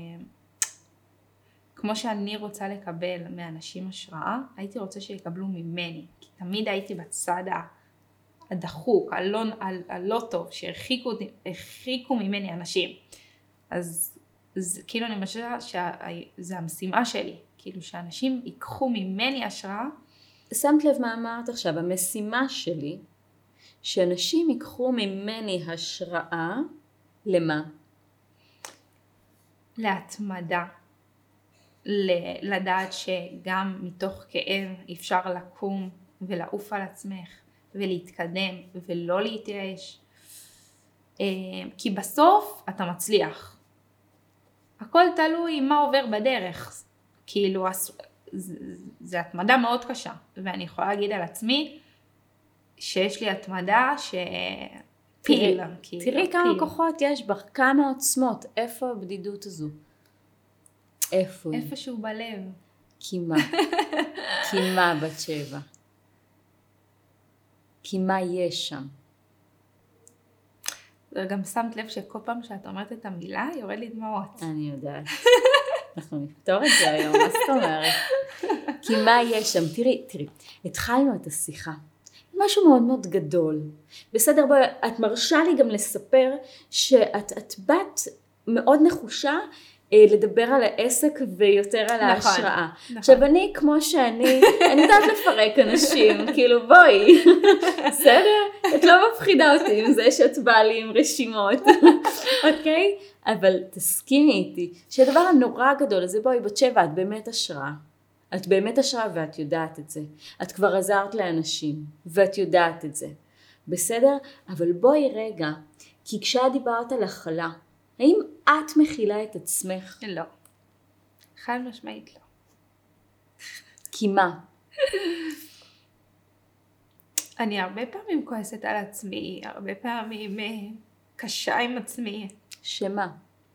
כמו שאני רוצה לקבל מאנשים השראה, הייתי רוצה שיקבלו ממני, כי תמיד הייתי בצד הדחוק, הלא טוב, שהרחיקו ממני אנשים. אז כאילו אני חושבת שזה המשימה שלי, כאילו שאנשים ייקחו ממני השראה. שמת לב מה אמרת עכשיו, המשימה שלי, שאנשים ייקחו ממני השראה, למה? להתמדה. לדעת שגם מתוך כאב אפשר לקום ולעוף על עצמך ולהתקדם ולא להתייאש, כי בסוף אתה מצליח. הכל תלוי מה עובר בדרך, כאילו זה התמדה מאוד קשה, ואני יכולה להגיד על עצמי שיש לי התמדה שפיל. תראי כמה כוחות יש בך, כמה עוצמות, איפה הבדידות הזו? איפה היא? איפשהו בלב. קימה בת 7. קימה יש שם. גם שמת לב שכל פעם שאת אומרת את המילה יורד לי דמעות. אני יודעת. אנחנו נפתור את זה היום, מה זאת אומרת? קימה יש שם. תראי, התחלנו את השיחה. משהו מאוד מאוד גדול. בסדר, את מרשה לי גם לספר שאת בת מאוד נחושה, לדבר על העסק ויותר על ההשראה. עכשיו אני כמו שאני יודעת לפרק אנשים, כאילו בואי, בסדר? את לא מפחידה אותי עם זה שאת באה לי עם רשימות, אוקיי? אבל תסכימי איתי שהדבר הנורא גדול הזה, בואי בת 7, את באמת השראה. את באמת השראה ואת יודעת את זה. את כבר עזרת לאנשים ואת יודעת את זה. בסדר? אבל בואי רגע, כי כשאת דיברת על הכלה, האם את מכילה את עצמך? לא. חד משמעית לא. כי מה? אני הרבה פעמים כועסת על עצמי, הרבה פעמים קשה עם עצמי. שמה?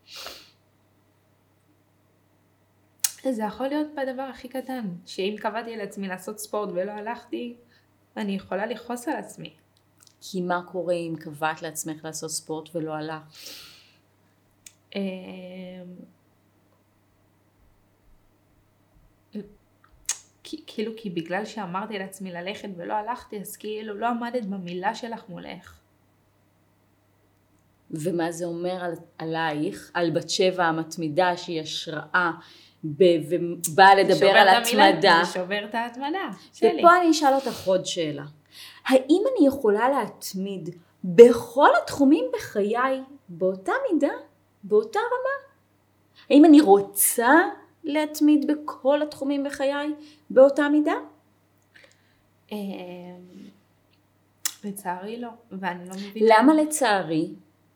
זה יכול להיות בדבר הכי קטן, שאם קבעתי לעצמי לעשות ספורט ולא הלכתי, אני יכולה לכעוס על עצמי. כי מה קורה אם קבעת לעצמך לעשות ספורט ולא הלכת? כי בגלל שאמרתי לעצמי ללכת ולא הלכתי, אז כאילו לא עמדת במילה שלך מולך. ומה זה אומר עלייך, על בת 7 המתמידה שהיא השראה, ובאה לדבר על התמדה? זה שובר את ההתמדה שלי. ופה אני אשאל אותך עוד שאלה. האם אני יכולה להתמיד בכל התחומים בחיי באותה מידה? באותה רמה? האם אני רוצה להתמיד בכל התחומים בחיי באותה מידה? לצערי לא, ואני לא מבינה. למה לצערי?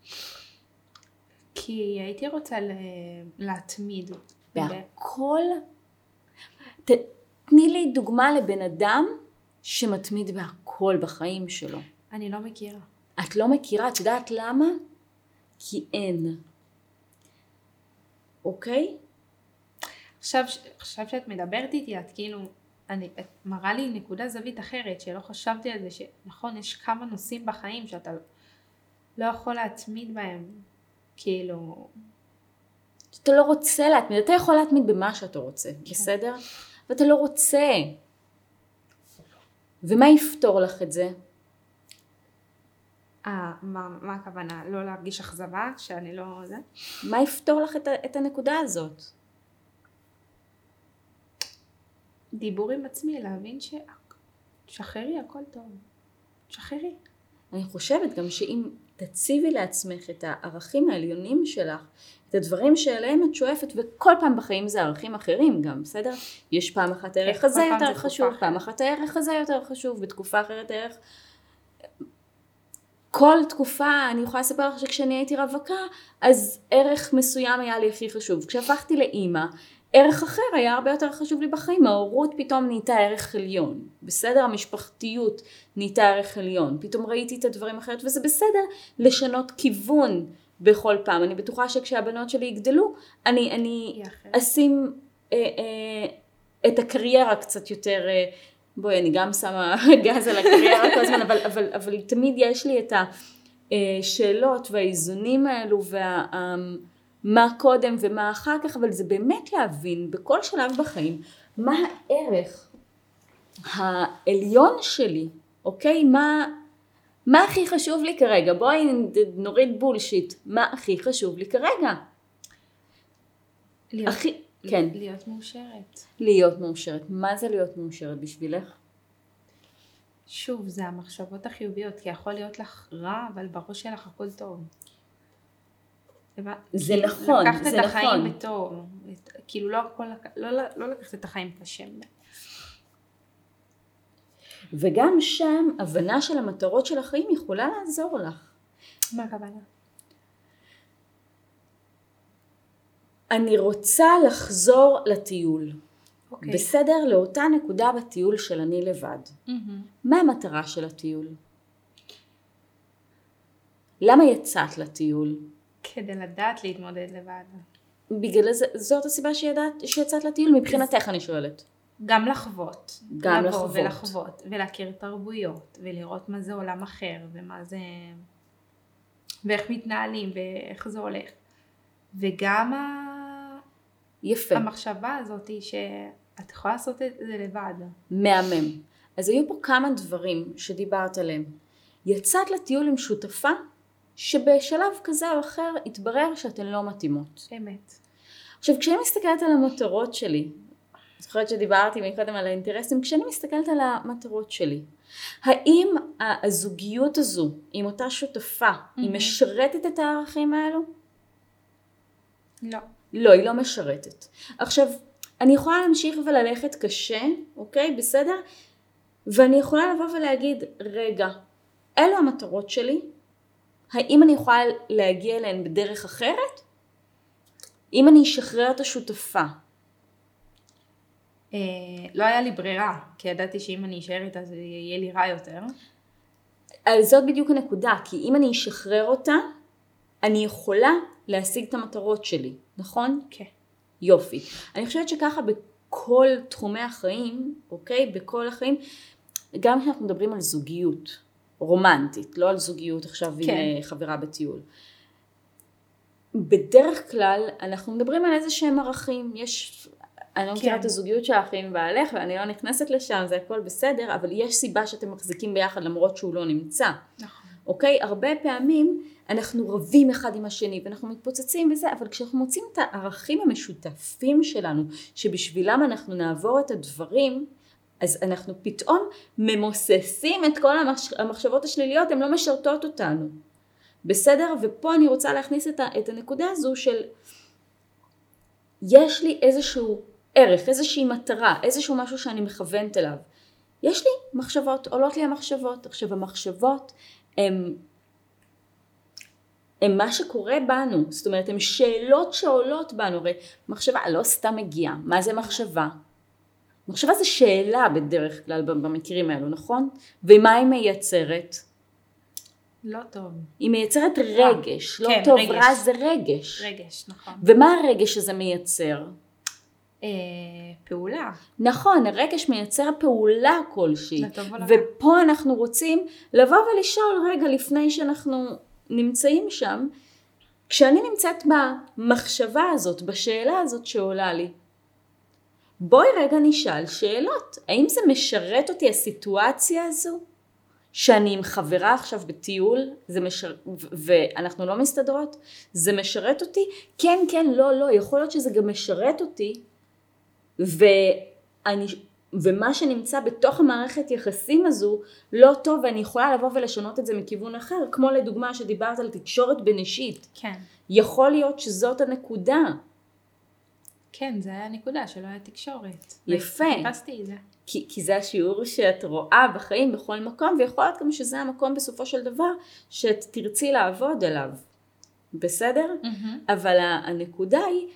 כי הייתי רוצה להתמיד. בהכל? תני לי דוגמה לבן אדם שמתמיד בהכל בחיים שלו. אני לא מכירה. את לא מכירה? את יודעת למה? כי אין. אוקיי? עכשיו שאת מדברת איתי, את כאילו, את מראה לי נקודה זווית אחרת, שלא חשבתי על זה, שנכון, יש כמה נושאים בחיים שאתה לא יכול להתמיד בהם, כאילו... אתה לא רוצה להתמיד, אתה יכול להתמיד במה שאתה רוצה, בסדר? ואתה לא רוצה. ומה יפתור לך את זה? מה הכוונה? לא להרגיש אכזבה שאני לא זה? מה יפתור לך את הנקודה הזאת? דיבור עם עצמי, להבין שחררי, הכל טוב. שחררי. אני חושבת גם שאם תציבי לעצמך את הערכים העליונים שלך, את הדברים שאליהם את שואפת, וכל פעם בחיים זה ערכים אחרים גם, בסדר? יש פעם אחת הערך הזה יותר חשוב, פעם אחת הערך הזה יותר חשוב, בתקופה אחרת הערך... כל תקופה, אני יכולה לספר לך שכשאני הייתי רווקה, אז ערך מסוים היה לי הכי חשוב. כשהפכתי לאימא, ערך אחר היה הרבה יותר חשוב לי בחיים. ההורות פתאום נהייתה ערך עליון. בסדר? המשפחתיות נהייתה ערך עליון. פתאום ראיתי את הדברים אחרת, וזה בסדר לשנות כיוון בכל פעם. אני בטוחה שכשהבנות שלי יגדלו, אני אשים את הקריירה קצת יותר... בואי, אני גם שמה גז על הקריירה כל הזמן, אבל תמיד יש לי את השאלות והאיזונים האלו, מה קודם ומה אחר כך, אבל זה באמת להבין בכל שלב בחיים, מה הערך העליון שלי, אוקיי? מה הכי חשוב לי כרגע? בואי נוריד בולשיט, מה הכי חשוב לי כרגע? כן. להיות מאושרת. להיות מאושרת. מה זה להיות מאושרת בשבילך? שוב, זה המחשבות החיוביות, כי יכול להיות לך רע, אבל בראש שלך הכל טוב. זה נכון, זה נכון. לקחת את החיים בטוב. כאילו לא לקחת את החיים קשה. וגם שם, הבנה של המטרות של החיים יכולה לעזור לך. מה הכוונה? אני רוצה לחזור לטיול. Okay. בסדר? לאותה נקודה בטיול של אני לבד. מה המטרה של הטיול? למה יצאת לטיול? כדי לדעת להתמודד לבד. בגלל זה, זאת הסיבה שיצאת לטיול? מבחינתך אני שואלת. גם לחוות. גם לחוות. ולחוות, ולהכיר תרבויות, ולראות מה זה עולם אחר, ומה זה... ואיך מתנהלים, ואיך זה הולך. וגם יפה. המחשבה הזאת שאת יכולה לעשות את זה לבד. מהמם. אז היו פה כמה דברים שדיברת עליהם. יצאת לטיול עם שותפה שבשלב כזה או אחר התברר שאתן לא מתאימות. אמת. עכשיו כשאני מסתכלת על המטרות שלי, זוכרת שדיברתי מקודם על האינטרסים, כשאני מסתכלת על המטרות שלי, האם הזוגיות הזו עם אותה שותפה, היא משרתת את הערכים האלו? לא. לא, היא לא משרתת. עכשיו, אני יכולה להמשיך וללכת קשה, אוקיי? בסדר? ואני יכולה לבוא ולהגיד, רגע, אלו המטרות שלי, האם אני יכולה להגיע אליהן בדרך אחרת? אם אני אשחרר את השותפה. לא היה לי ברירה, כי ידעתי שאם אני אשאר איתה זה יהיה לי רע יותר. אז זאת בדיוק הנקודה, כי אם אני אשחרר אותה, אני יכולה להשיג את המטרות שלי, נכון? כן. יופי. אני חושבת שככה בכל תחומי החיים, אוקיי? בכל החיים, גם כשאנחנו מדברים על זוגיות רומנטית, לא על זוגיות עכשיו כן. עם חברה בטיול. בדרך כלל אנחנו מדברים על איזה שהם ערכים, אני לא מכירה את הזוגיות שלך עם בעלך, ואני לא נכנסת לשם, זה הכל בסדר, אבל יש סיבה שאתם מחזיקים ביחד למרות שהוא לא נמצא. נכון. אוקיי? הרבה פעמים אנחנו רבים אחד עם השני, ואנחנו מתפוצצים וזה, אבל כשאנחנו מוצאים את הערכים המשותפים שלנו, שבשבילם אנחנו נעבור את הדברים, אז אנחנו פתאום ממוססים את כל המחשבות השליליות, הן לא משרתות אותנו. בסדר? ופה אני רוצה להכניס את הנקודה הזו של, יש לי איזשהו ערך, איזושהי מטרה, איזשהו משהו שאני מכוונת אליו. יש לי מחשבות, עולות לי המחשבות. עכשיו המחשבות הן מה שקורה בנו, זאת אומרת הן שאלות שעולות בנו, הרי מחשבה לא סתם מגיעה, מה זה מחשבה? מחשבה זה שאלה בדרך כלל במקרים האלו, נכון? ומה היא מייצרת? לא טוב. היא מייצרת רגש, לא כן, טוב, רגש. רע זה רגש. רגש, נכון. ומה הרגש הזה מייצר? פעולה. נכון, הרגש מייצר פעולה כלשהי. לטוב ולרע. ופה אנחנו רוצים לבוא ולשאול רגע לפני שאנחנו נמצאים שם, כשאני נמצאת במחשבה הזאת, בשאלה הזאת שעולה לי, בואי רגע נשאל שאלות. האם זה משרת אותי הסיטואציה הזו? שאני עם חברה עכשיו בטיול, ואנחנו לא מסתדרות? זה משרת אותי? כן, כן, לא, לא. יכול להיות שזה גם משרת אותי, ומה שנמצא בתוך המערכת יחסים הזו לא טוב, ואני יכולה לבוא ולשנות את זה מכיוון אחר, כמו לדוגמה שדיברת על תקשורת בין אישית. כן. יכול להיות שזאת הנקודה. כן, זה היה הנקודה שלא היה תקשורת. יפה. חיפשתי את זה. כי זה השיעור שאת רואה בחיים בכל מקום, ויכול להיות גם שזה המקום בסופו של דבר שאת תרצי לעבוד עליו. בסדר? אבל הנקודה היא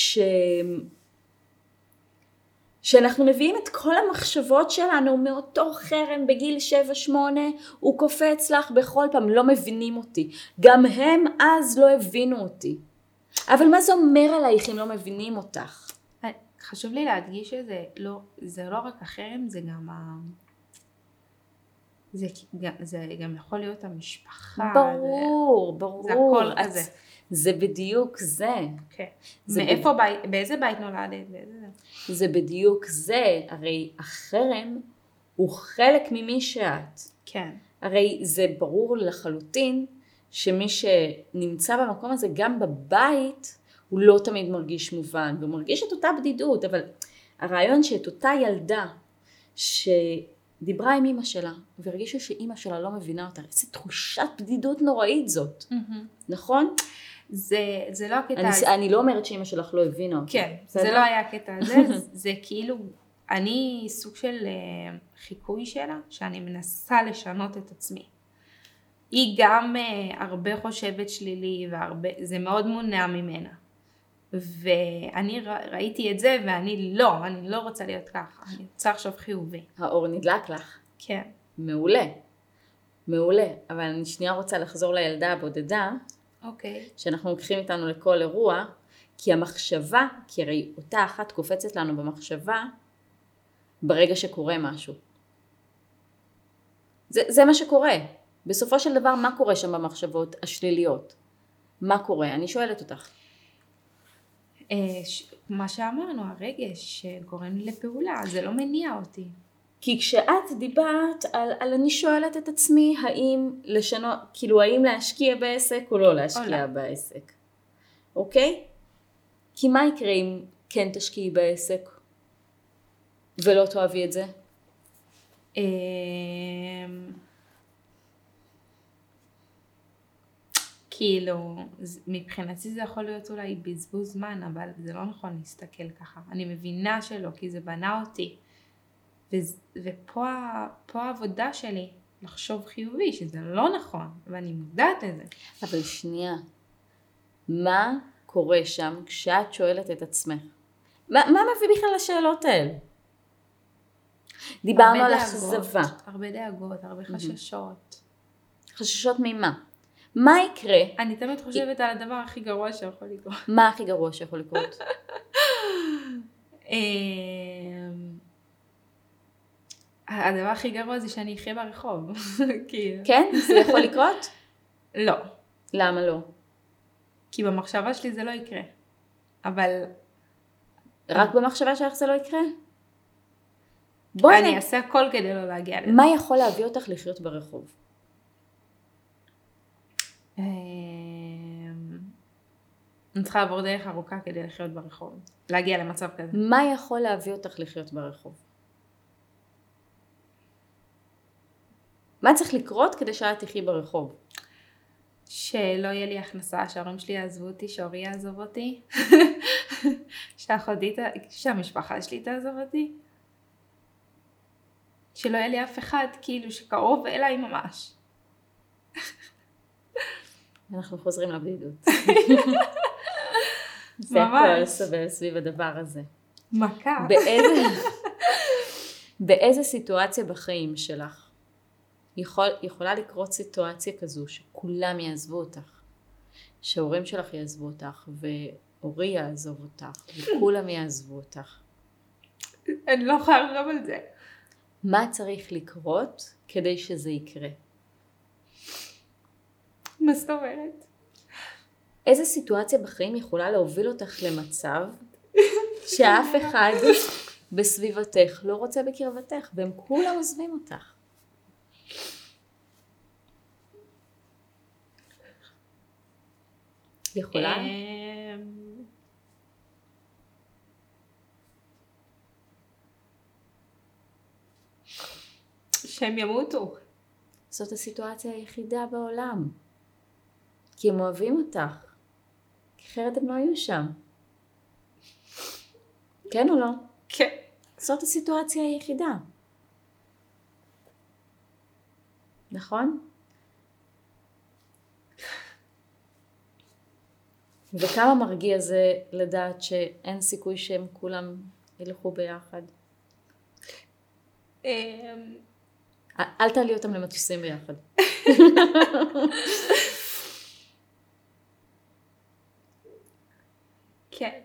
שאנחנו מביאים את כל המחשבות שלנו מאותו חרם בגיל 7-8, הוא קופץ לך בכל פעם, לא מבינים אותי. גם הם אז לא הבינו אותי. אבל מה זה אומר עלייך אם לא מבינים אותך? חשוב לי להדגיש שזה לא רק החרם, זה גם זה גם יכול להיות המשפחה. ברור, ברור. זה הכל כזה. זה בדיוק זה. כן. באיזה בית נולדת? זה בדיוק זה. הרי החרם הוא חלק ממי שאת. כן. הרי זה ברור לחלוטין שמי שנמצא במקום הזה גם בבית, הוא לא תמיד מרגיש מובן, והוא מרגיש את אותה בדידות, אבל הרעיון שאת אותה ילדה שדיברה עם אמא שלה, והרגישה שאמא שלה לא מבינה אותה, איזו תחושת בדידות נוראית זאת, נכון? זה לא הקטע הזה. אני לא אומרת שאמא שלך לא הבינה אותה. כן, זה לא היה הקטע הזה, זה כאילו, אני סוג של חיקוי שלה, שאני מנסה לשנות את עצמי. היא גם הרבה חושבת שלילי, זה מאוד מונע ממנה. ואני ראיתי את זה, ואני לא רוצה להיות ככה, אני רוצה עכשיו חיובי. האור נדלק לך. כן. מעולה, מעולה. אבל אני שנייה רוצה לחזור לילדה הבודדה, אוקיי. שאנחנו לוקחים איתנו לכל אירוע, כי המחשבה, כי הרי אותה אחת קופצת לנו במחשבה, ברגע שקורה משהו. זה מה שקורה. בסופו של דבר, מה קורה שם במחשבות השליליות? מה קורה? אני שואלת אותך. מה שאמרנו, הרגש שגורם לפעולה, זה לא מניע אותי. כי כשאת דיברת על אני שואלת את עצמי, האם לשנות, כאילו האם להשקיע בעסק או לא להשקיע בעסק. אוקיי? כי מה יקרה אם כן תשקיעי בעסק ולא תאהבי את זה? כאילו, מבחינתי זה יכול להיות אולי בזבוז זמן, אבל זה לא נכון להסתכל ככה. אני מבינה שלא, כי זה בנה אותי. ופה העבודה שלי, לחשוב חיובי, שזה לא נכון, ואני מודעת לזה. אבל שנייה, מה קורה שם כשאת שואלת את עצמך? מה מביא בכלל לשאלות האלה? דיברנו על אכזבה. הרבה דאגות, הרבה חששות. חששות ממה? מה יקרה? אני תמיד חושבת על הדבר הכי גרוע שיכול לקרות. מה הכי גרוע שיכול לקרות? הדבר הכי גרוע זה שאני אחיה ברחוב. כן? זה יכול לקרות? לא. למה לא? כי במחשבה שלי זה לא יקרה. אבל... רק במחשבה שלך זה לא יקרה? אני אעשה הכל כדי לא להגיע לזה. מה יכול להביא אותך לחיות ברחוב? אני צריכה לעבור דרך ארוכה כדי לחיות ברחוב. להגיע למצב כזה. מה יכול להביא אותך לחיות ברחוב? מה צריך לקרות כדי שאת תחי ברחוב? שלא יהיה לי הכנסה, שההורים שלי יעזבו אותי, שהורי יעזוב אותי, שהמשפחה שלי תעזוב אותי, שלא יהיה לי אף אחד כאילו שקרוב אליי ממש. אנחנו חוזרים לבדידות. זה הכל סבל סביב הדבר הזה. מכה. באיזה סיטואציה בחיים שלך יכולה לקרות סיטואציה כזו שכולם יעזבו אותך, שההורים שלך יעזבו אותך והורי יעזוב אותך וכולם יעזבו אותך? אני לא יכולה לחשוב על זה. מה צריך לקרות כדי שזה יקרה? מה זאת אומרת? איזה סיטואציה בחיים יכולה להוביל אותך למצב שאף אחד בסביבתך לא רוצה בקרבתך, והם כולם עוזבים אותך? יכולה? שהם ימותו. זאת הסיטואציה היחידה בעולם. כי הם אוהבים אותך. כי אחרת הם לא היו שם. כן או לא? כן. זאת הסיטואציה היחידה. נכון? וכמה מרגיע זה לדעת שאין סיכוי שהם כולם ילכו ביחד? אל תעלי אותם למטוסים ביחד. כן.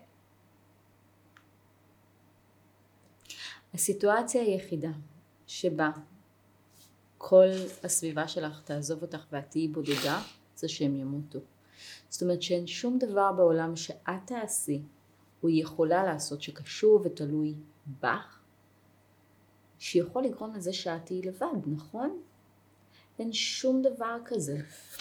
הסיטואציה היחידה שבה כל הסביבה שלך תעזוב אותך ואת תהיי בודדה, זה שהם ימותו. זאת אומרת שאין שום דבר בעולם שאת תעשי או יכולה לעשות שקשור ותלוי בך, שיכול לגרום לזה שאת תהיי לבד, נכון? אין שום דבר כזה.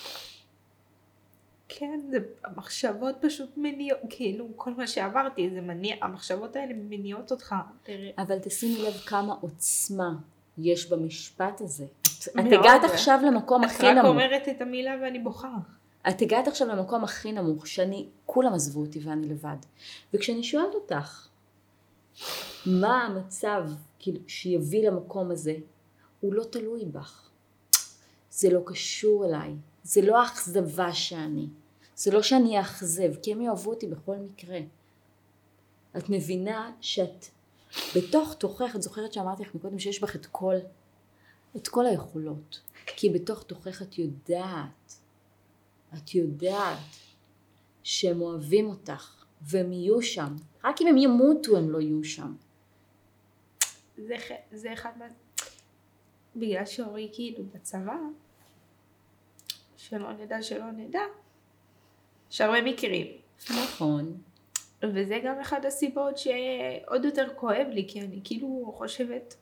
כן, זה המחשבות פשוט מניעות, כאילו כל מה שעברתי זה מניע, המחשבות האלה מניעות אותך. אבל תשימי לב כמה עוצמה יש במשפט הזה. את הגעת עכשיו למקום הכי נמוך. את רק אומרת את המילה ואני בוכה. את הגעת עכשיו למקום הכי נמוך, כולם עזבו אותי ואני לבד. וכשאני שואלת אותך, מה המצב שיביא למקום הזה, הוא לא תלוי בך. זה לא קשור אליי. זה לא האכזבה שאני. זה לא שאני אאכזב, כי הם יאהבו אותי בכל מקרה. את מבינה שאת בתוך תוכך, את זוכרת שאמרתי לך מקודם שיש בך את כל היכולות. כי בתוך תוכך את יודעת שהם אוהבים אותך והם יהיו שם. רק אם הם ימותו הם לא יהיו שם. זה אחד בגלל שאורי כאילו בצבא, שלא נדע, יש הרבה מקרים. נכון. וזה גם אחד הסיבות שעוד יותר כואב לי, כי אני כאילו חושבת...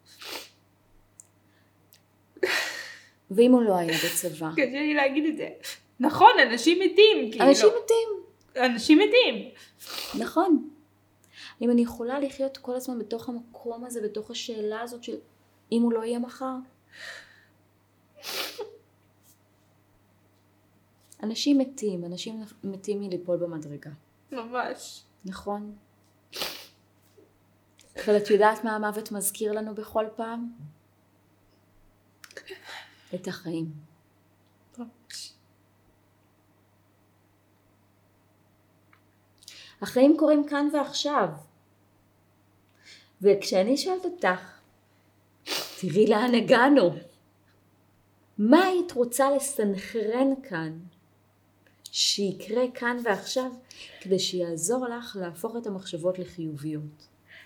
ואם הוא לא היה בצבא? קשה לי להגיד את זה. נכון, אנשים מתים. כאילו. אנשים מתים. נכון. אם אני יכולה לחיות כל הזמן בתוך המקום הזה, בתוך השאלה הזאת של אם הוא לא יהיה מחר. אנשים מתים מליפול במדרגה. ממש. נכון. אבל את יודעת מה המוות מזכיר לנו בכל פעם? את החיים. ממש. החיים קורים כאן ועכשיו. וכשאני שואלת אותך, תראי לאן הגענו. מה היית רוצה לסנכרן כאן? שיקרה כאן ועכשיו, כדי שיעזור לך להפוך את המחשבות לחיוביות.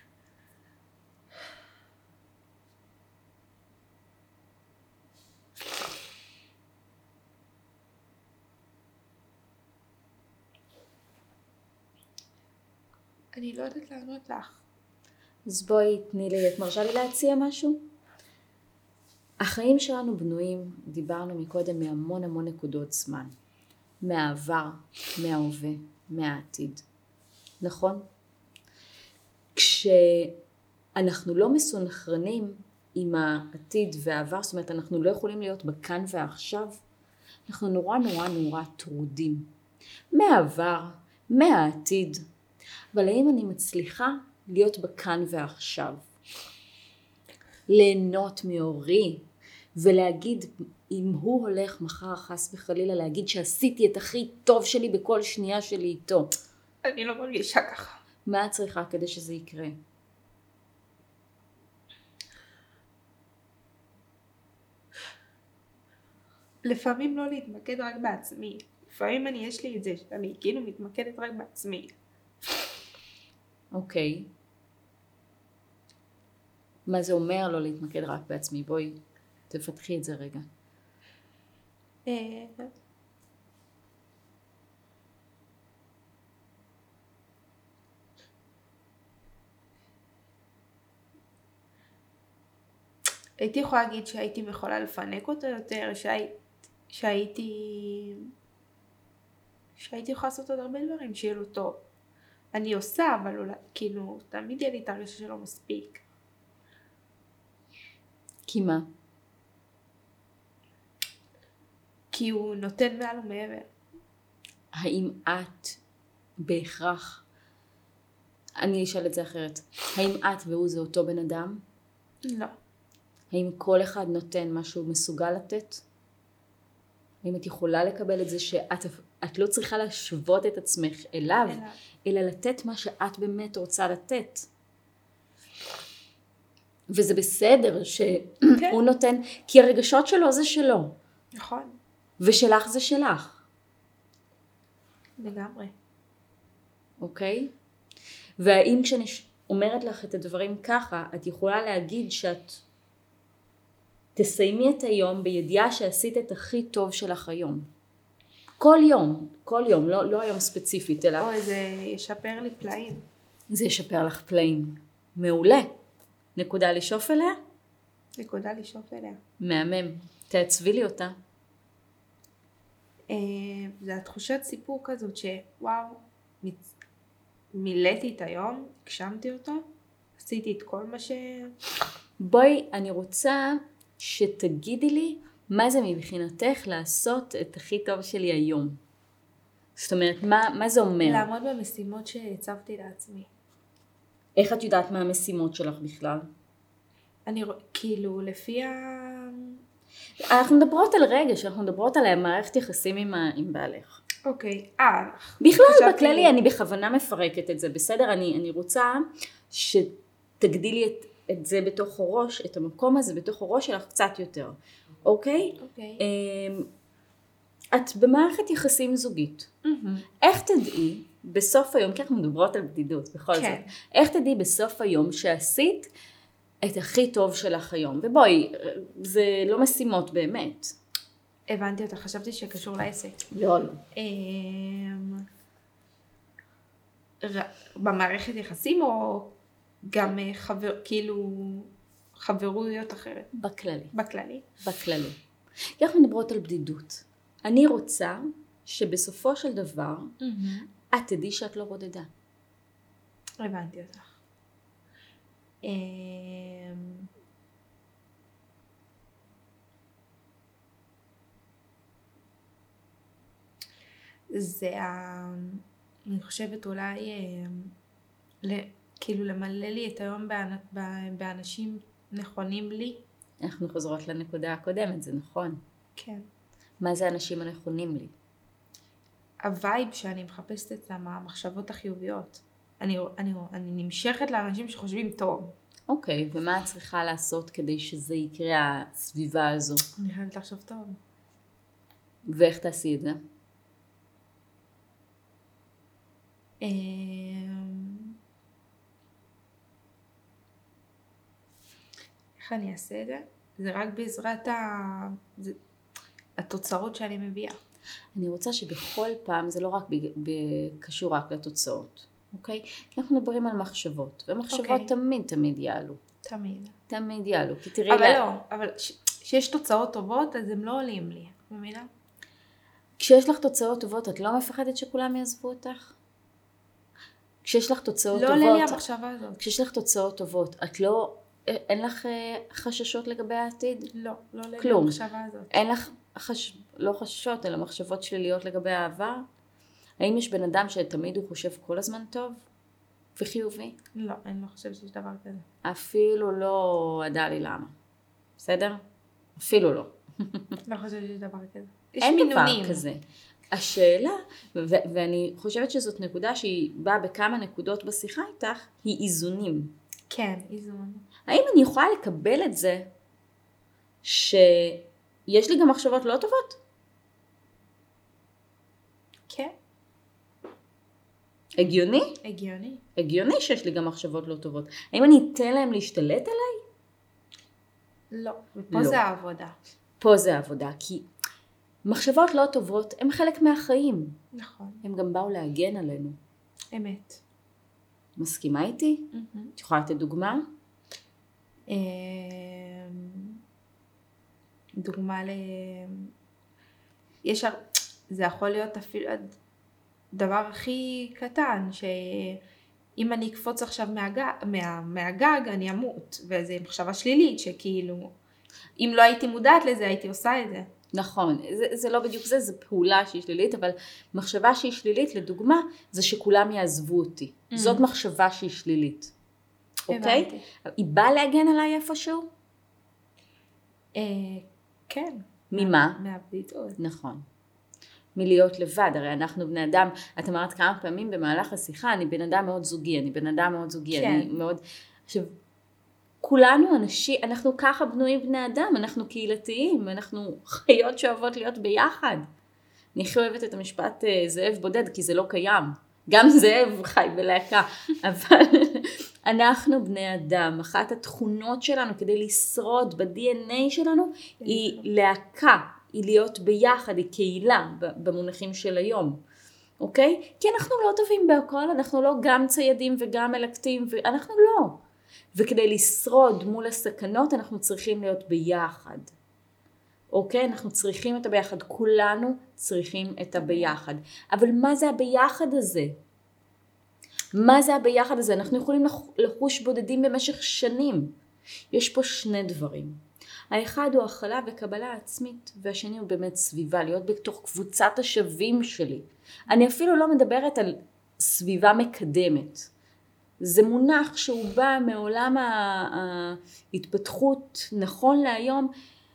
אני לא יודעת לענות לך. אז בואי תני לי, את מרשה לי להציע משהו? החיים שלנו בנויים, דיברנו מקודם, מהמון נקודות זמן. מהעבר, מההווה, מהעתיד. נכון? כשאנחנו לא מסונכרנים עם העתיד והעבר, זאת אומרת אנחנו לא יכולים להיות בכאן ועכשיו, אנחנו נורא טרודים. מהעבר, מהעתיד. אבל האם אני מצליחה להיות בכאן ועכשיו? ליהנות מאורי ולהגיד, אם הוא הולך מחר חס וחלילה, להגיד שעשיתי את הכי טוב שלי בכל שנייה שלי איתו. אני לא מרגישה ככה. מה את צריכה כדי שזה יקרה? לפעמים לא להתמקד רק בעצמי. לפעמים יש לי את זה, שאני כאילו מתמקדת רק בעצמי. אוקיי. מה זה אומר לא להתמקד רק בעצמי? בואי תפתחי את זה רגע. הייתי יכולה להגיד שהייתי יכולה לפנק אותו יותר, שהייתי יכולה לעשות עוד הרבה דברים שיהיה לו טוב. אני עושה, אבל אולי, כאילו, תמיד יהיה לי את הרגשה שלא מספיק. כי מה? כי הוא נותן מעל ומעבר. האם את בהכרח, אני אשאל את זה אחרת, האם את והוא זה אותו בן אדם? לא. האם כל אחד נותן מה שהוא מסוגל לתת? האם את יכולה לקבל את זה שאת לא צריכה להשוות את עצמך אליו, אלא לתת מה שאת באמת רוצה לתת? וזה בסדר שהוא נותן, כי הרגשות שלו זה שלו. נכון. ושלך זה שלך. לגמרי. אוקיי? והאם כשאני אומרת לך את הדברים ככה, את יכולה להגיד שאת תסיימי את היום בידיעה שעשית את הכי טוב שלך היום. כל יום, לא היום ספציפית, אלא... אוי, זה ישפר לי פלאים. זה ישפר לך פלאים. מעולה. נקודה לשאוף אליה? נקודה לשאוף אליה. מהמם. תעצבי לי אותה. זה התחושת סיפור כזאת שוואו, מילאתי את היום, הגשמתי אותו, עשיתי את כל מה בואי, אני רוצה שתגידי לי מה זה מבחינתך לעשות את הכי טוב שלי היום. זאת אומרת, מה זה אומר? לעמוד במשימות שהצבתי לעצמי. איך את יודעת מה המשימות שלך בכלל? כאילו, לפי אנחנו מדברות על רגש, אנחנו מדברות על מערכת יחסים עם בעלך. אוקיי, בכלל, בכללי, אני בכוונה מפרקת את זה, בסדר? אני רוצה שתגדילי את זה בתוך הראש, את המקום הזה בתוך הראש שלך קצת יותר, אוקיי? אוקיי. את במערכת יחסים זוגית. איך תדעי בסוף היום, כי אנחנו מדברות על בדידות, בכל זאת, איך תדעי בסוף היום שעשית את הכי טוב שלך היום? ובואי, זה לא משימות באמת. הבנתי אותה, חשבתי שקשור לעסק. לא. במערכת יחסים או גם חברויות אחרת? בכללי. כי אנחנו מדברות על בדידות. אני רוצה שבסופו של דבר, את תדעי שאת לא בודדה. הבנתי אותך. אני חושבת אולי כאילו למלא לי את היום באנשים נכונים לי. אנחנו חוזרות לנקודה הקודמת, זה נכון. כן. מה זה האנשים הנכונים לי? הווייב שאני מחפשת אצלם, המחשבות החיוביות. אני נמשכת לאנשים שחושבים טוב. אוקיי, ומה את צריכה לעשות כדי שזה יקרה הסביבה הזו? אני חייבת לחשוב טוב. ואיך תעשי את זה? איך אני אעשה את זה? זה רק בעזרת התוצאות שאני מביאה. אני רוצה שבכל פעם, זה לא רק קשור רק לתוצאות, אוקיי? כי אנחנו מדברים על מחשבות, ומחשבות תמיד יעלו. תמיד יעלו, כי תראי... אבל שיש תוצאות טובות, אז הם לא עולים לי, מבינה? כשיש לך תוצאות טובות, את לא מפחדת שכולם יעזבו אותך? כשיש לך תוצאות טובות... לא עולה לי המחשבה הזאת. כשיש לך תוצאות טובות, אין לך חששות לגבי העתיד? לא עולה לי המחשבה הזאת. אין לך לא חששות, אלא מחשבות שליליות לגבי העבר? האם יש בן אדם שתמיד הוא חושב כל הזמן טוב וחיובי? לא, אני לא חושבת שיש דבר כזה. אפילו לא ידע לי למה. בסדר? אפילו לא. לא חושבת שיש דבר כזה. אין דבר כזה. השאלה, ואני חושבת שזאת נקודה שהיא באה בכמה נקודות בשיחה איתך, היא איזונים. כן, איזון. האם אני יכולה לקבל את זה שיש לי גם מחשבות לא טובות? כן. הגיוני? הגיוני שיש לי גם מחשבות לא טובות. האם אני אתן להם להשתלט עליי? לא. ופה זה העבודה. פה זה העבודה, כי מחשבות לא טובות הם חלק מהחיים. נכון. הם גם באו להגן עלינו. אמת. מסכימה איתי? את יכולה לתת דוגמה? דוגמה זה יכול להיות אפילו הדבר הכי קטן, שאם אני אקפוץ עכשיו מהגג אני אמות, וזה מחשבה שלילית, שכאילו, אם לא הייתי מודעת לזה הייתי עושה את זה. נכון, זה לא בדיוק זה, זה פעולה שהיא שלילית, אבל מחשבה שהיא שלילית, לדוגמה, זה שכולם יעזבו אותי. זאת מחשבה שהיא שלילית. אוקיי? היא באה להגן עליי איפשהו? כן. ממה? מהבדידות. נכון. מלהיות לבד, הרי אנחנו בני אדם, את אמרת כמה פעמים במהלך השיחה, אני בן אדם מאוד זוגי, כן. אני מאוד... עכשיו, כולנו אנשים, אנחנו ככה בנויים בני אדם, אנחנו קהילתיים, אנחנו חיות שאוהבות להיות ביחד. אני הכי אוהבת את המשפט זאב בודד, כי זה לא קיים. גם זאב חי בלהקה, אבל אנחנו בני אדם, אחת התכונות שלנו כדי לשרוד ב-DNA שלנו היא להקה, היא להיות ביחד, היא קהילה במונחים של היום. אוקיי? כי אנחנו לא טובים בהכל, אנחנו לא גם ציידים וגם מלקטים, אנחנו לא. וכדי לשרוד מול הסכנות אנחנו צריכים להיות ביחד. אוקיי? אנחנו צריכים את הביחד, כולנו צריכים את הביחד. אבל מה זה הביחד הזה? מה זה הביחד הזה? אנחנו יכולים לחוש בודדים במשך שנים. יש פה שני דברים. האחד הוא הכלה וקבלה עצמית, והשני הוא באמת סביבה, להיות בתוך קבוצת השווים שלי. אני אפילו לא מדברת על סביבה מקדמת. זה מונח שהוא בא מעולם ההתפתחות נכון להיום.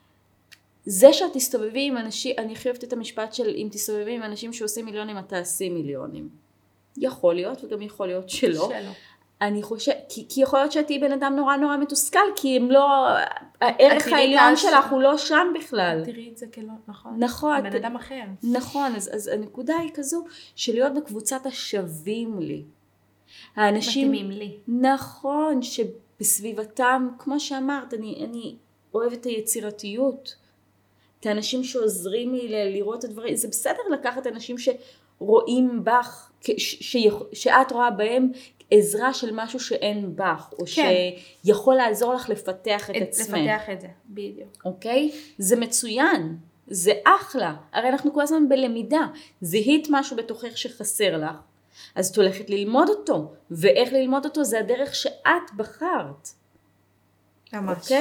זה שאת תסתובבי עם אנשים, אני חייבת את המשפט של אם תסתובבי עם אנשים שעושים מיליונים, את תעשי מיליונים. יכול להיות וגם יכול להיות שלא. אני חושבת, כי יכול להיות שאת היא בן אדם נורא נורא מתוסכל, כי הם לא, הערך העליון שלך הוא לא שם בכלל. תראי את זה כלא, נכון. נכון. בן אדם אחר. נכון, אז הנקודה היא כזו, שלהיות בקבוצת השווים לי. האנשים, מתאימים לי. נכון, שבסביבתם, כמו שאמרת, אני אוהבת את היצירתיות. את האנשים שעוזרים לי לראות את הדברים. זה בסדר לקחת אנשים שרואים בך, שאת רואה בהם עזרה של משהו שאין בך, או כן. שיכול לעזור לך לפתח את עצמך. לפתח את זה, בדיוק. אוקיי? זה מצוין, זה אחלה. הרי אנחנו כל הזמן בלמידה. זיהית משהו בתוכך שחסר לך, אז את הולכת ללמוד אותו. ואיך ללמוד אותו? זה הדרך שאת בחרת. ממש. אוקיי?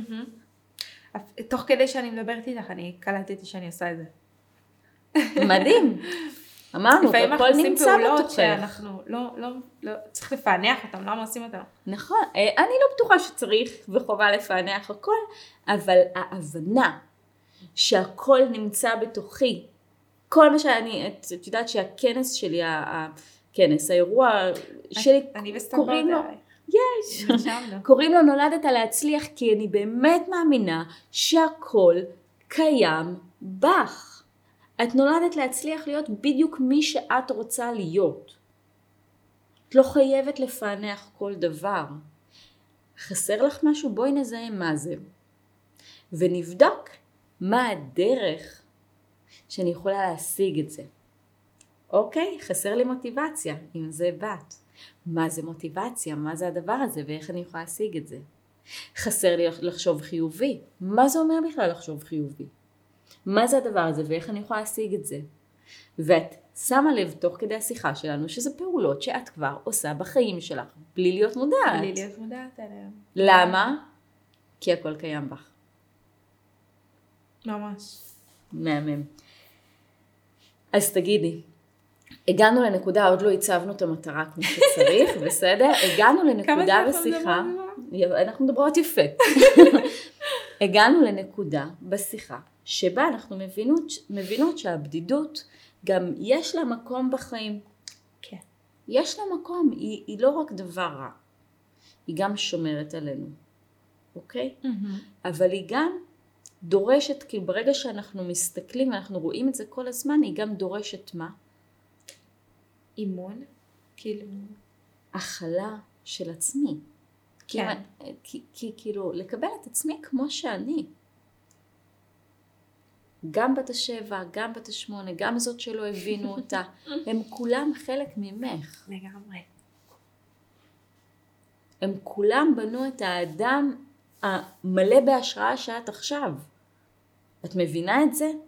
תוך כדי שאני מדברת איתך, אני קלטתי שאני עושה את זה. מדהים. אמרנו, הכל נמצא בתוכך. שאנחנו לא צריך לפענח אותם, למה עושים אותם? נכון, אני לא בטוחה שצריך וחובה לפענח הכל, אבל ההבנה שהכל נמצא בתוכי, כל מה שאני, את יודעת שהכנס שלי, האירוע שלי, קוראים לו, קוראים לו נולדת להצליח, כי אני באמת מאמינה שהכל קיים בך. את נולדת להצליח להיות בדיוק מי שאת רוצה להיות. את לא חייבת לפענח כל דבר. חסר לך משהו? בואי נזהה מה זה. ונבדוק מה הדרך שאני יכולה להשיג את זה. אוקיי? חסר לי מוטיבציה, אם זה בת. מה זה מוטיבציה? מה זה הדבר הזה? ואיך אני יכולה להשיג את זה? חסר לי לחשוב חיובי. מה זה אומר בכלל לחשוב חיובי? מה זה הדבר הזה ואיך אני יכולה להשיג את זה? ואת שמה לב תוך כדי השיחה שלנו שזה פעולות שאת כבר עושה בחיים שלך, בלי להיות מודעת. בלי להיות מודעת עליהם. למה? כי הכל קיים בך. ממש. מהמם. אז תגידי, הגענו לנקודה, עוד לא הצבנו את המטרה כמו שצריך, בסדר? הגענו לנקודה בשיחה, אנחנו מדברות יפה. הגענו לנקודה בשיחה, שבה אנחנו מבינות שהבדידות גם יש לה מקום בחיים. כן. יש לה מקום, היא לא רק דבר רע, היא גם שומרת עלינו, אוקיי? אבל היא גם דורשת, כי ברגע שאנחנו מסתכלים ואנחנו רואים את זה כל הזמן, היא גם דורשת מה? אימון? כאילו... הכלה של עצמי. כן. כי כאילו, לקבל את עצמי כמו שאני. גם בת 7, גם בת 8, גם זאת שלא הבינו אותה, הם כולם חלק ממך. לגמרי. הם כולם בנו את האדם המלא בהשראה שאת עכשיו. את מבינה את זה?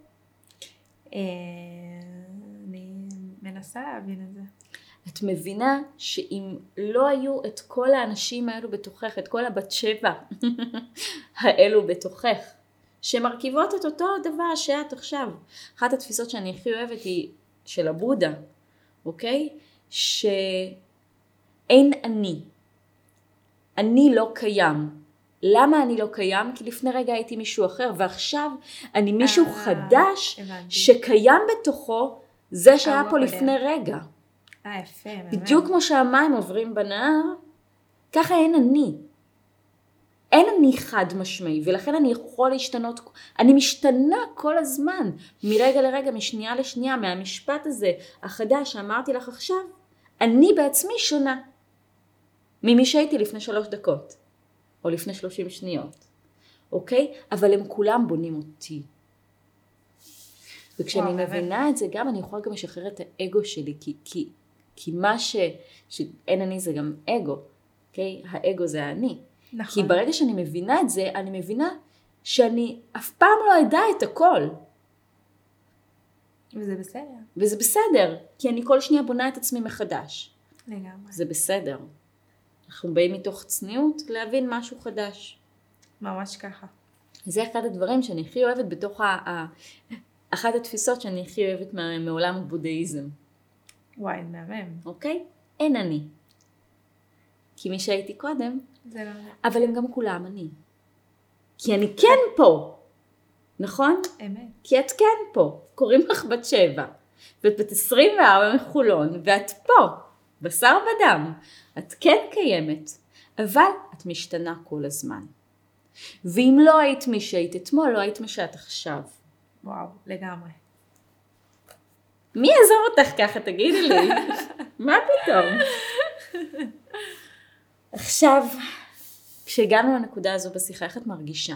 אני מנסה להבין את זה. את מבינה שאם לא היו את כל האנשים האלו בתוכך, את כל הבת שבע האלו בתוכך, שמרכיבות את אותו דבר שאת עכשיו. אחת התפיסות שאני הכי אוהבת היא של הבודה, אוקיי? שאין אני. אני לא קיים. למה אני לא קיים? כי לפני רגע הייתי מישהו אחר, ועכשיו אני מישהו חדש שקיים בתוכו זה שהיה פה לפני רגע. יפה. בדיוק כמו שהמים עוברים בנהר, ככה אין אני. אין אני חד משמעי, ולכן אני יכול להשתנות, אני משתנה כל הזמן, מרגע לרגע, משנייה לשנייה, מהמשפט הזה החדש שאמרתי לך עכשיו, אני בעצמי שונה ממי שהייתי לפני 3 דקות, או לפני 30 שניות, אוקיי? אבל הם כולם בונים אותי. וכשאני מבינה את זה גם, אני יכולה גם לשחרר את האגו שלי, כי מה שאין אני זה גם אגו, אוקיי? האגו זה אני. נכון. כי ברגע שאני מבינה את זה, אני מבינה שאני אף פעם לא אדע את הכל. וזה בסדר. וזה בסדר, כי אני כל שניה בונה את עצמי מחדש. לגמרי. זה בסדר. אנחנו באים מתוך צניעות להבין משהו חדש. ממש ככה. זה אחד הדברים שאני הכי אוהבת בתוך אחת התפיסות שאני הכי אוהבת מעולם הבודהיזם. וואי, מהמם. אוקיי? אין אני. כי מי שהייתי קודם, זה לא. אבל הם גם כולם אני. כי אני כן פה. נכון? אמת. כי את כן פה. קוראים לך בת 7. ואת בת 24 מחולון, ואת פה. בשר ודם. את כן קיימת. אבל את משתנה כל הזמן. ואם לא היית מי שהיית אתמול, לא היית מי שאת עכשיו. וואו, לגמרי. מי יעזור אותך ככה, תגידי לי? מה פתאום? עכשיו, כשהגענו לנקודה הזו בשיחה, איך את מרגישה?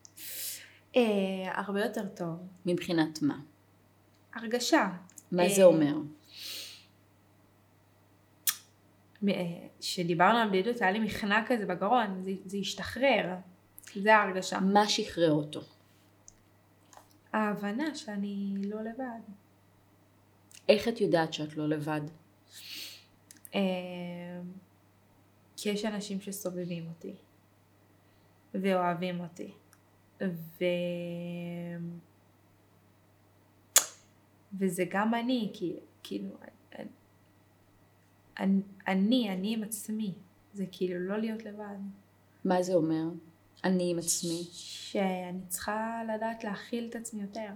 הרבה יותר טוב. מבחינת מה? הרגשה. מה זה אומר? שדיברנו על בדידות, היה לי מכנה כזה בגרון, זה השתחרר. זה ההרגשה. מה שחרר אותו? ההבנה שאני לא לבד. איך את יודעת שאת לא לבד? כי יש אנשים שסובבים אותי. ואוהבים אותי. וזה גם אני, כאילו, אני עם עצמי. זה כאילו לא להיות לבד. מה זה אומר? אני עם עצמי? שאני צריכה לדעת להכיל את עצמי יותר.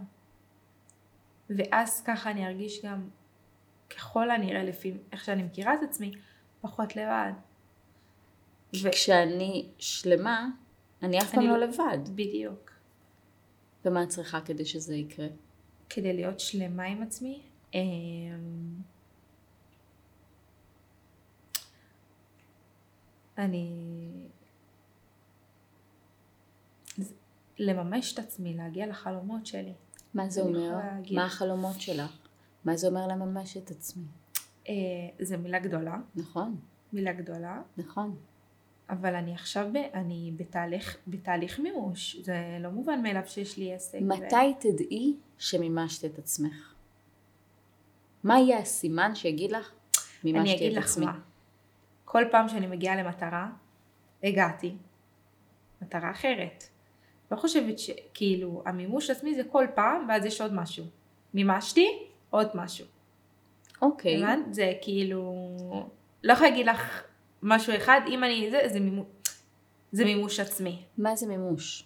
ואז ככה אני ארגיש גם, ככל הנראה לפי איך שאני מכירה את עצמי, פחות לבד. כשאני שלמה, אני אף פעם לא לבד. בדיוק. ומה את צריכה כדי שזה יקרה? כדי להיות שלמה עם עצמי, לממש את עצמי, להגיע לחלומות שלי. מה זה אומר? מה החלומות שלך? מה זה אומר לממש את עצמי? זה מילה גדולה. נכון. מילה גדולה. נכון. אבל אני עכשיו, אני בתהליך מימוש. זה לא מובן מאליו שיש לי עסק. מתי תדעי שמימשת את עצמך? מה יהיה הסימן שיגיד לך מימשתי את עצמי? אני אגיד לך מה. כל פעם שאני מגיעה למטרה, הגעתי. מטרה אחרת. לא חושבת שכאילו המימוש עצמי זה כל פעם ואז יש עוד משהו. מימשתי עוד משהו. אוקיי. הבנת? זה כאילו, לא יכולה להגיד לך משהו אחד, אם אני, זה מימוש עצמי. מה זה מימוש?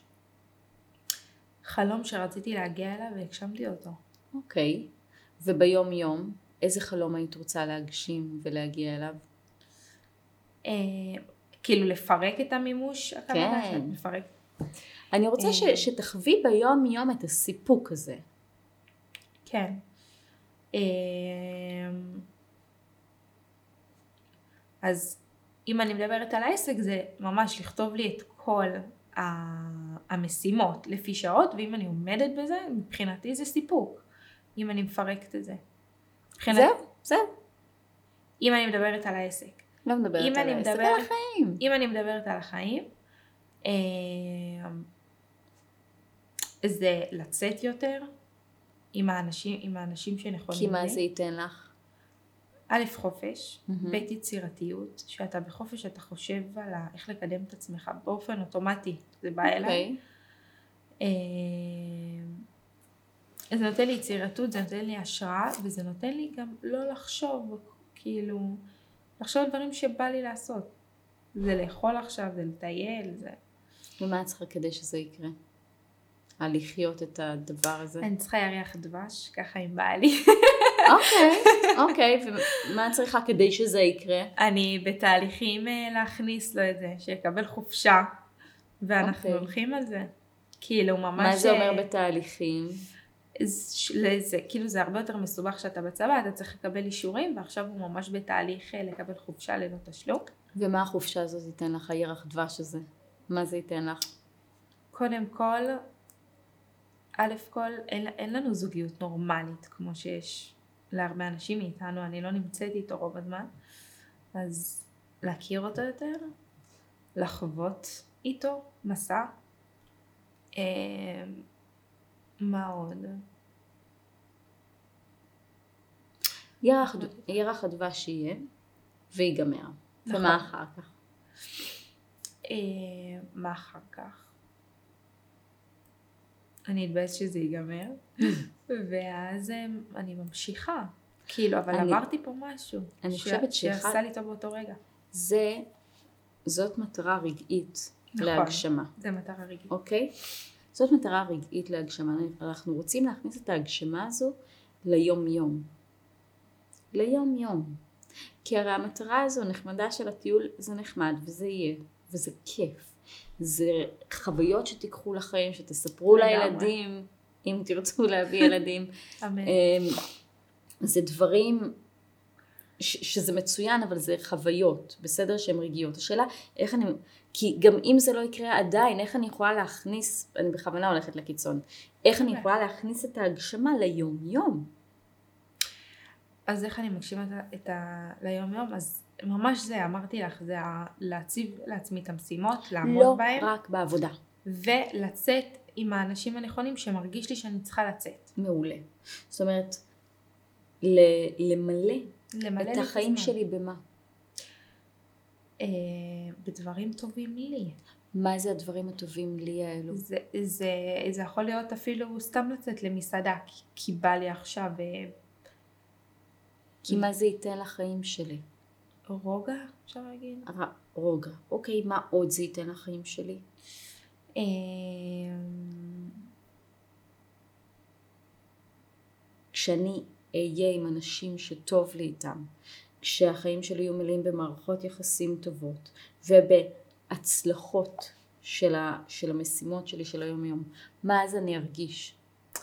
חלום שרציתי להגיע אליו והגשמתי אותו. אוקיי. וביום יום, איזה חלום היית רוצה להגשים ולהגיע אליו? כאילו לפרק את המימוש? כן. לפרק. אני רוצה שתחווי ביום יום את הסיפוק הזה. כן. אז אם אני מדברת על העסק, זה ממש לכתוב לי את כל המשימות לפי שעות, ואם אני עומדת בזה, מבחינתי זה סיפוק. אם אני מפרקת את זה. זהו. אם אני מדברת על העסק. לא מדברת על העסק, על החיים. אם אני מדברת על החיים, זה לצאת יותר עם האנשים שנכונים. כי מה זה ייתן לך? א', חופש, ב', יצירתיות, שאתה בחופש, אתה חושב על איך לקדם את עצמך באופן אוטומטי, זה בא אליי. זה נותן לי יצירתות, זה נותן לי השראה, וזה נותן לי גם לא לחשוב, כאילו, לחשוב על דברים שבא לי לעשות. זה לאכול עכשיו, זה לטייל, זה... ומה את צריכה כדי שזה יקרה? לחיות את הדבר הזה? אני צריכה ירח דבש, ככה אם בא לי. אוקיי, ומה את צריכה כדי שזה יקרה? אני בתהליכים להכניס לו את זה, שיקבל חופשה, ואנחנו הולכים על זה. כאילו ממש... מה זה אומר בתהליכים? כאילו זה הרבה יותר מסובך שאתה בצבא, אתה צריך לקבל אישורים, ועכשיו הוא ממש בתהליך לקבל חופשה ללא תשלום. ומה החופשה הזאת ייתן לך, הירח דבש הזה? מה זה ייתן לך? קודם כל, א' כל, אין לנו זוגיות נורמלית, כמו שיש להרבה אנשים מאיתנו, אני לא נמצאת איתו רוב הזמן, אז להכיר אותו יותר, לחוות איתו מסע, מה עוד? ירח הדבש יהיה ויגמר. ומה אחר כך? מה אחר כך? אני אתבאס שזה ייגמר, ואז אני ממשיכה. כאילו, אבל עברתי פה משהו. אני חושבת שעשה לי טוב באותו רגע. זאת מטרה רגעית להגשמה. זה מטרה רגעית. אוקיי? זאת מטרה רגעית להגשמה. אנחנו רוצים להכניס את ההגשמה הזו ליום יום. ליום יום. כי הרי המטרה הזו, נחמדה של הטיול, זה נחמד וזה יהיה, וזה כיף. זה חוויות שתיקחו לחיים, שתספרו לילדים, אם תרצו להביא ילדים. אמן. זה דברים שזה מצוין, אבל זה חוויות, בסדר שהן רגעיות. השאלה, איך אני, כי גם אם זה לא יקרה עדיין, איך אני יכולה להכניס, אני בכוונה הולכת לקיצון, איך אני יכולה להכניס את ההגשמה ליום יום? אז איך אני מגשימה ליום יום? אז ממש זה, אמרתי לך, זה להציב לעצמי את המשימות, לעמוד בהם. לא רק בעבודה. ולצאת עם האנשים הנכונים שמרגיש לי שאני צריכה לצאת. מעולה. זאת אומרת, למלא את החיים שלי במה? בדברים טובים לי. מה זה הדברים הטובים לי האלו? זה יכול להיות אפילו סתם לצאת למסעדה, כי בא לי עכשיו... כי מה זה ייתן לחיים שלי? רוגע, אפשר להגיד? רוגע. אוקיי, מה עוד זה ייתן לחיים שלי? כשאני אהיה עם אנשים שטוב לי איתם, כשהחיים שלי יהיו מלאים במערכות יחסים טובות, ובהצלחות של המשימות שלי של היום יום, מה אז אני ארגיש?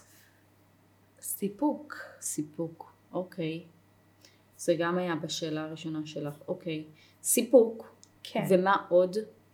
סיפוק. סיפוק, אוקיי. זה גם היה בשאלה הראשונה שלך, אוקיי. סיפוק. כן. ומה עוד?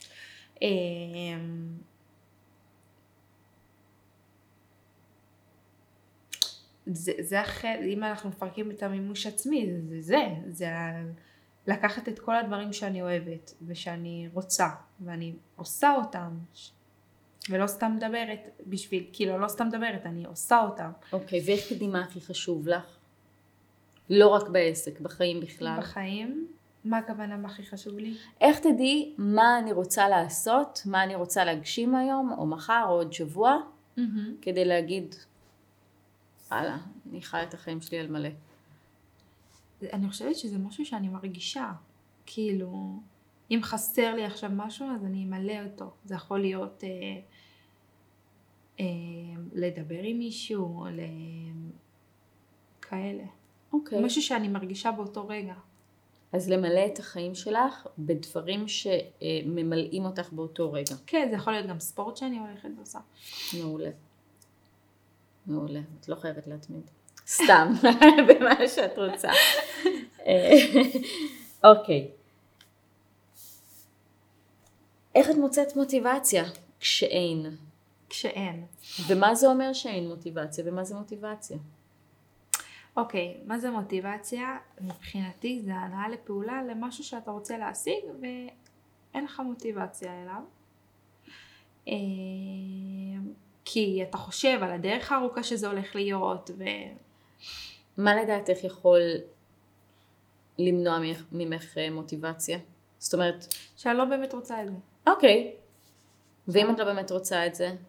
זה אחר, אם אנחנו מפרקים את המימוש עצמי, זה לקחת את כל הדברים שאני אוהבת ושאני רוצה, ואני עושה אותם, ולא סתם מדברת בשביל, כאילו לא סתם מדברת, אני עושה אותם. אוקיי, ואיך תדעי מה הכי חשוב לך? לא רק בעסק, בחיים בכלל. בחיים, מה הכוונה מה הכי חשוב לי? איך תדעי מה אני רוצה לעשות, מה אני רוצה להגשים היום, או מחר, או עוד שבוע, כדי להגיד, הלאה, אני חיה את החיים שלי על מלא. אני חושבת שזה משהו שאני מרגישה, כאילו, אם חסר לי עכשיו משהו, אז אני אמלא אותו. זה יכול להיות לדבר עם מישהו, כאלה. אוקיי. משהו שאני מרגישה באותו רגע. אז למלא את החיים שלך בדברים שממלאים אותך באותו רגע. כן, זה יכול להיות גם ספורט שאני הולכת ועושה. מעולה. מעולה. את לא חייבת להתמיד. סתם, במה שאת רוצה. אוקיי. איך את מוצאת מוטיבציה כשאין? כשאין. ומה זה אומר שאין מוטיבציה? ומה זה מוטיבציה? אוקיי, מה זה מוטיבציה? מבחינתי זה הנעה לפעולה למשהו שאתה רוצה להשיג ואין לך מוטיבציה אליו. כי אתה חושב על הדרך הארוכה שזה הולך להיות, מה לדעתך יכול למנוע ממך מוטיבציה? זאת אומרת... שאני לא באמת רוצה את זה. אוקיי. ואם את לא באמת רוצה את זה?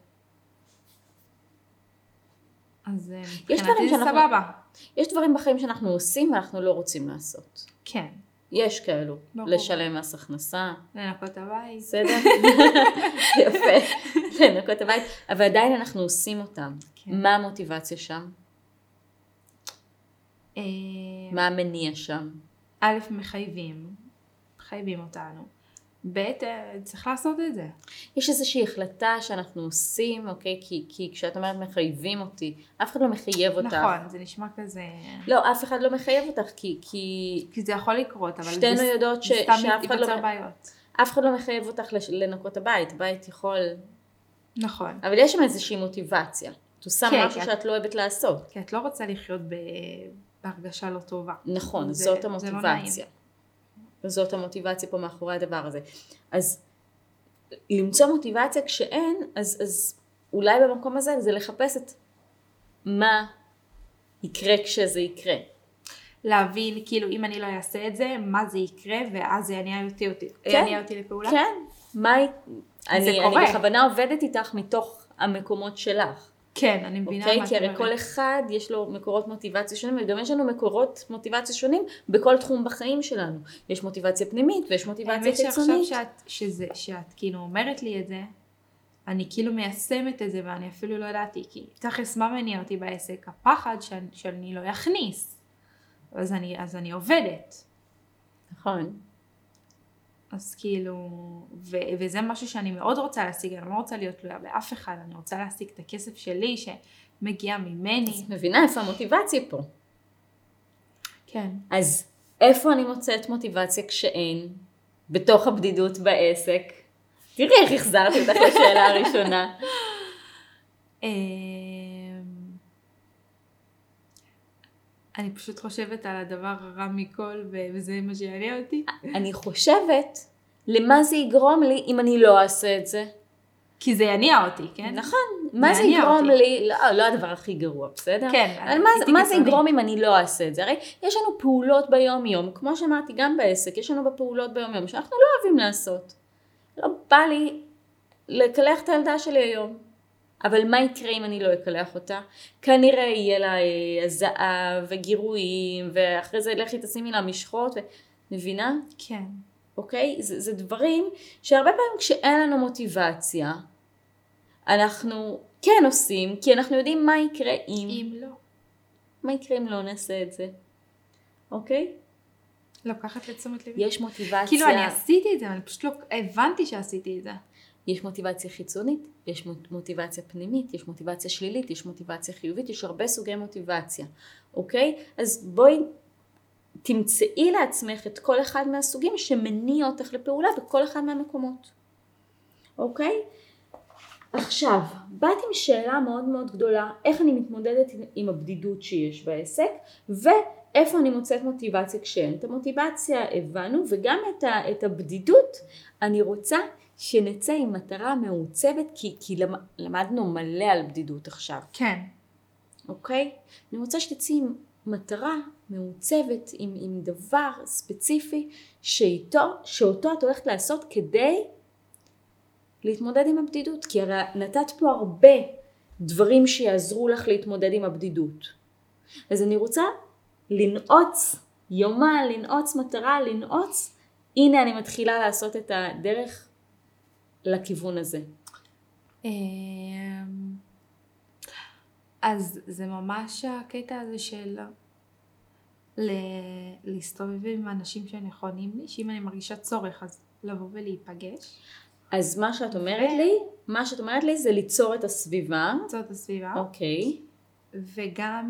אז מבחינתי זה סבבה. יש דברים בחיים שאנחנו עושים ואנחנו לא רוצים לעשות. כן. יש כאלו. ברור. לשלם מס הכנסה. לנקות הבית. בסדר? יפה. לנקות הבית. אבל עדיין אנחנו עושים אותם. כן. מה המוטיבציה שם? מה המניע שם? א', מחייבים אותנו. ב', צריך לעשות את זה. יש איזושהי החלטה שאנחנו עושים, אוקיי? כי כשאת אומרת מחייבים אותי, אף אחד לא מחייב אותך. נכון, זה נשמע כזה... לא, אף אחד לא מחייב אותך, כי זה יכול לקרות, אבל שתינו יודעות סתם ייווצר בעיות. אף אחד לא מחייב אותך לנקות הבית, בית יכול... נכון. אבל יש שם איזושהי מוטיבציה. את עושה משהו שאת לא אוהבת לעשות. כי את לא רוצה לחיות בהרגשה לא טובה. נכון, זאת המוטיבציה. זאת המוטיבציה פה מאחורי הדבר הזה. אז למצוא מוטיבציה כשאין, אז אולי במקום הזה זה לחפש את מה יקרה כשזה יקרה. להבין, כאילו, אם אני לא אעשה את זה, מה זה יקרה, ואז זה יניע אותי לפעולה. כן, אני בכוונה עובדת איתך מתוך המקומות שלך. כן, אני מבינה מה את אומרת. כי הרי כל אחד יש לו מקורות מוטיבציה שונים, וגם יש לנו מקורות מוטיבציה שונים בכל תחום בחיים שלנו. יש מוטיבציה פנימית ויש מוטיבציה חיצונית. האמת שעכשיו שאת כאילו אומרת לי את זה, אני כאילו מיישמת את זה, ואני אפילו לא ידעתי, כי תכלס מה מניע אותי בעסק? הפחד שאני לא יכניס. אז אני עובדת. נכון. אז כאילו, וזה משהו שאני מאוד רוצה להשיג, אני לא רוצה להיות תלויה באף אחד, אני רוצה להשיג את הכסף שלי שמגיע ממני. אז מבינה איפה המוטיבציה פה? כן. אז איפה אני מוצאת מוטיבציה כשאין? בתוך הבדידות בעסק? תראי איך החזרתי אותך לשאלה הראשונה. אני פשוט חושבת על הדבר הרע מכל, וזה מה שיעניין אותי. אני חושבת למה זה יגרום לי אם אני לא אעשה את זה. כי זה יניע אותי, כן? נכון. מה זה יגרום לי? לא הדבר הכי גרוע, בסדר? כן. אבל מה זה יגרום אם אני לא אעשה את זה? הרי יש לנו פעולות ביום יום, כמו שאמרתי גם בעסק, יש לנו בפעולות ביום יום שאנחנו לא אוהבים לעשות. לא בא לי לקלח את הילדה שלי היום. אבל מה יקרה אם אני לא אקלח אותה? כנראה יהיה לה הזעה וגירויים, ואחרי זה לכי תשימי לה משחות, מבינה? כן. אוקיי? זה דברים שהרבה פעמים כשאין לנו מוטיבציה, אנחנו כן עושים, כי אנחנו יודעים מה יקרה אם לא. מה יקרה אם לא נעשה את זה? אוקיי? לוקחת לתשומת לב. יש מוטיבציה. כאילו אני עשיתי את זה, אני פשוט לא הבנתי שעשיתי את זה. יש מוטיבציה חיצונית, יש מוטיבציה פנימית, יש מוטיבציה שלילית, יש מוטיבציה חיובית, יש הרבה סוגי מוטיבציה, אוקיי? אז בואי תמצאי לעצמך את כל אחד מהסוגים שמניע אותך לפעולה בכל אחד מהמקומות, אוקיי? עכשיו, באתי עם שאלה מאוד מאוד גדולה, איך אני מתמודדת עם הבדידות שיש בעסק, ואיפה אני מוצאת מוטיבציה כשאין. את המוטיבציה הבנו, וגם את הבדידות אני רוצה שנצא עם מטרה מעוצבת, כי למדנו מלא על בדידות עכשיו. כן. אוקיי? אני רוצה שתצאי עם מטרה מעוצבת, עם דבר ספציפי, שאותו את הולכת לעשות כדי להתמודד עם הבדידות. כי הרי נתת פה הרבה דברים שיעזרו לך להתמודד עם הבדידות. אז אני רוצה לנעוץ יומה, לנעוץ מטרה, הנה אני מתחילה לעשות את הדרך לכיוון הזה. אז זה ממש הקטע הזה של להסתובב עם האנשים שנכונים לי, שאם אני מרגישה צורך אז לבוא ולהיפגש. אז מה שאת אומרת לי זה ליצור את הסביבה. ליצור את הסביבה. אוקיי. וגם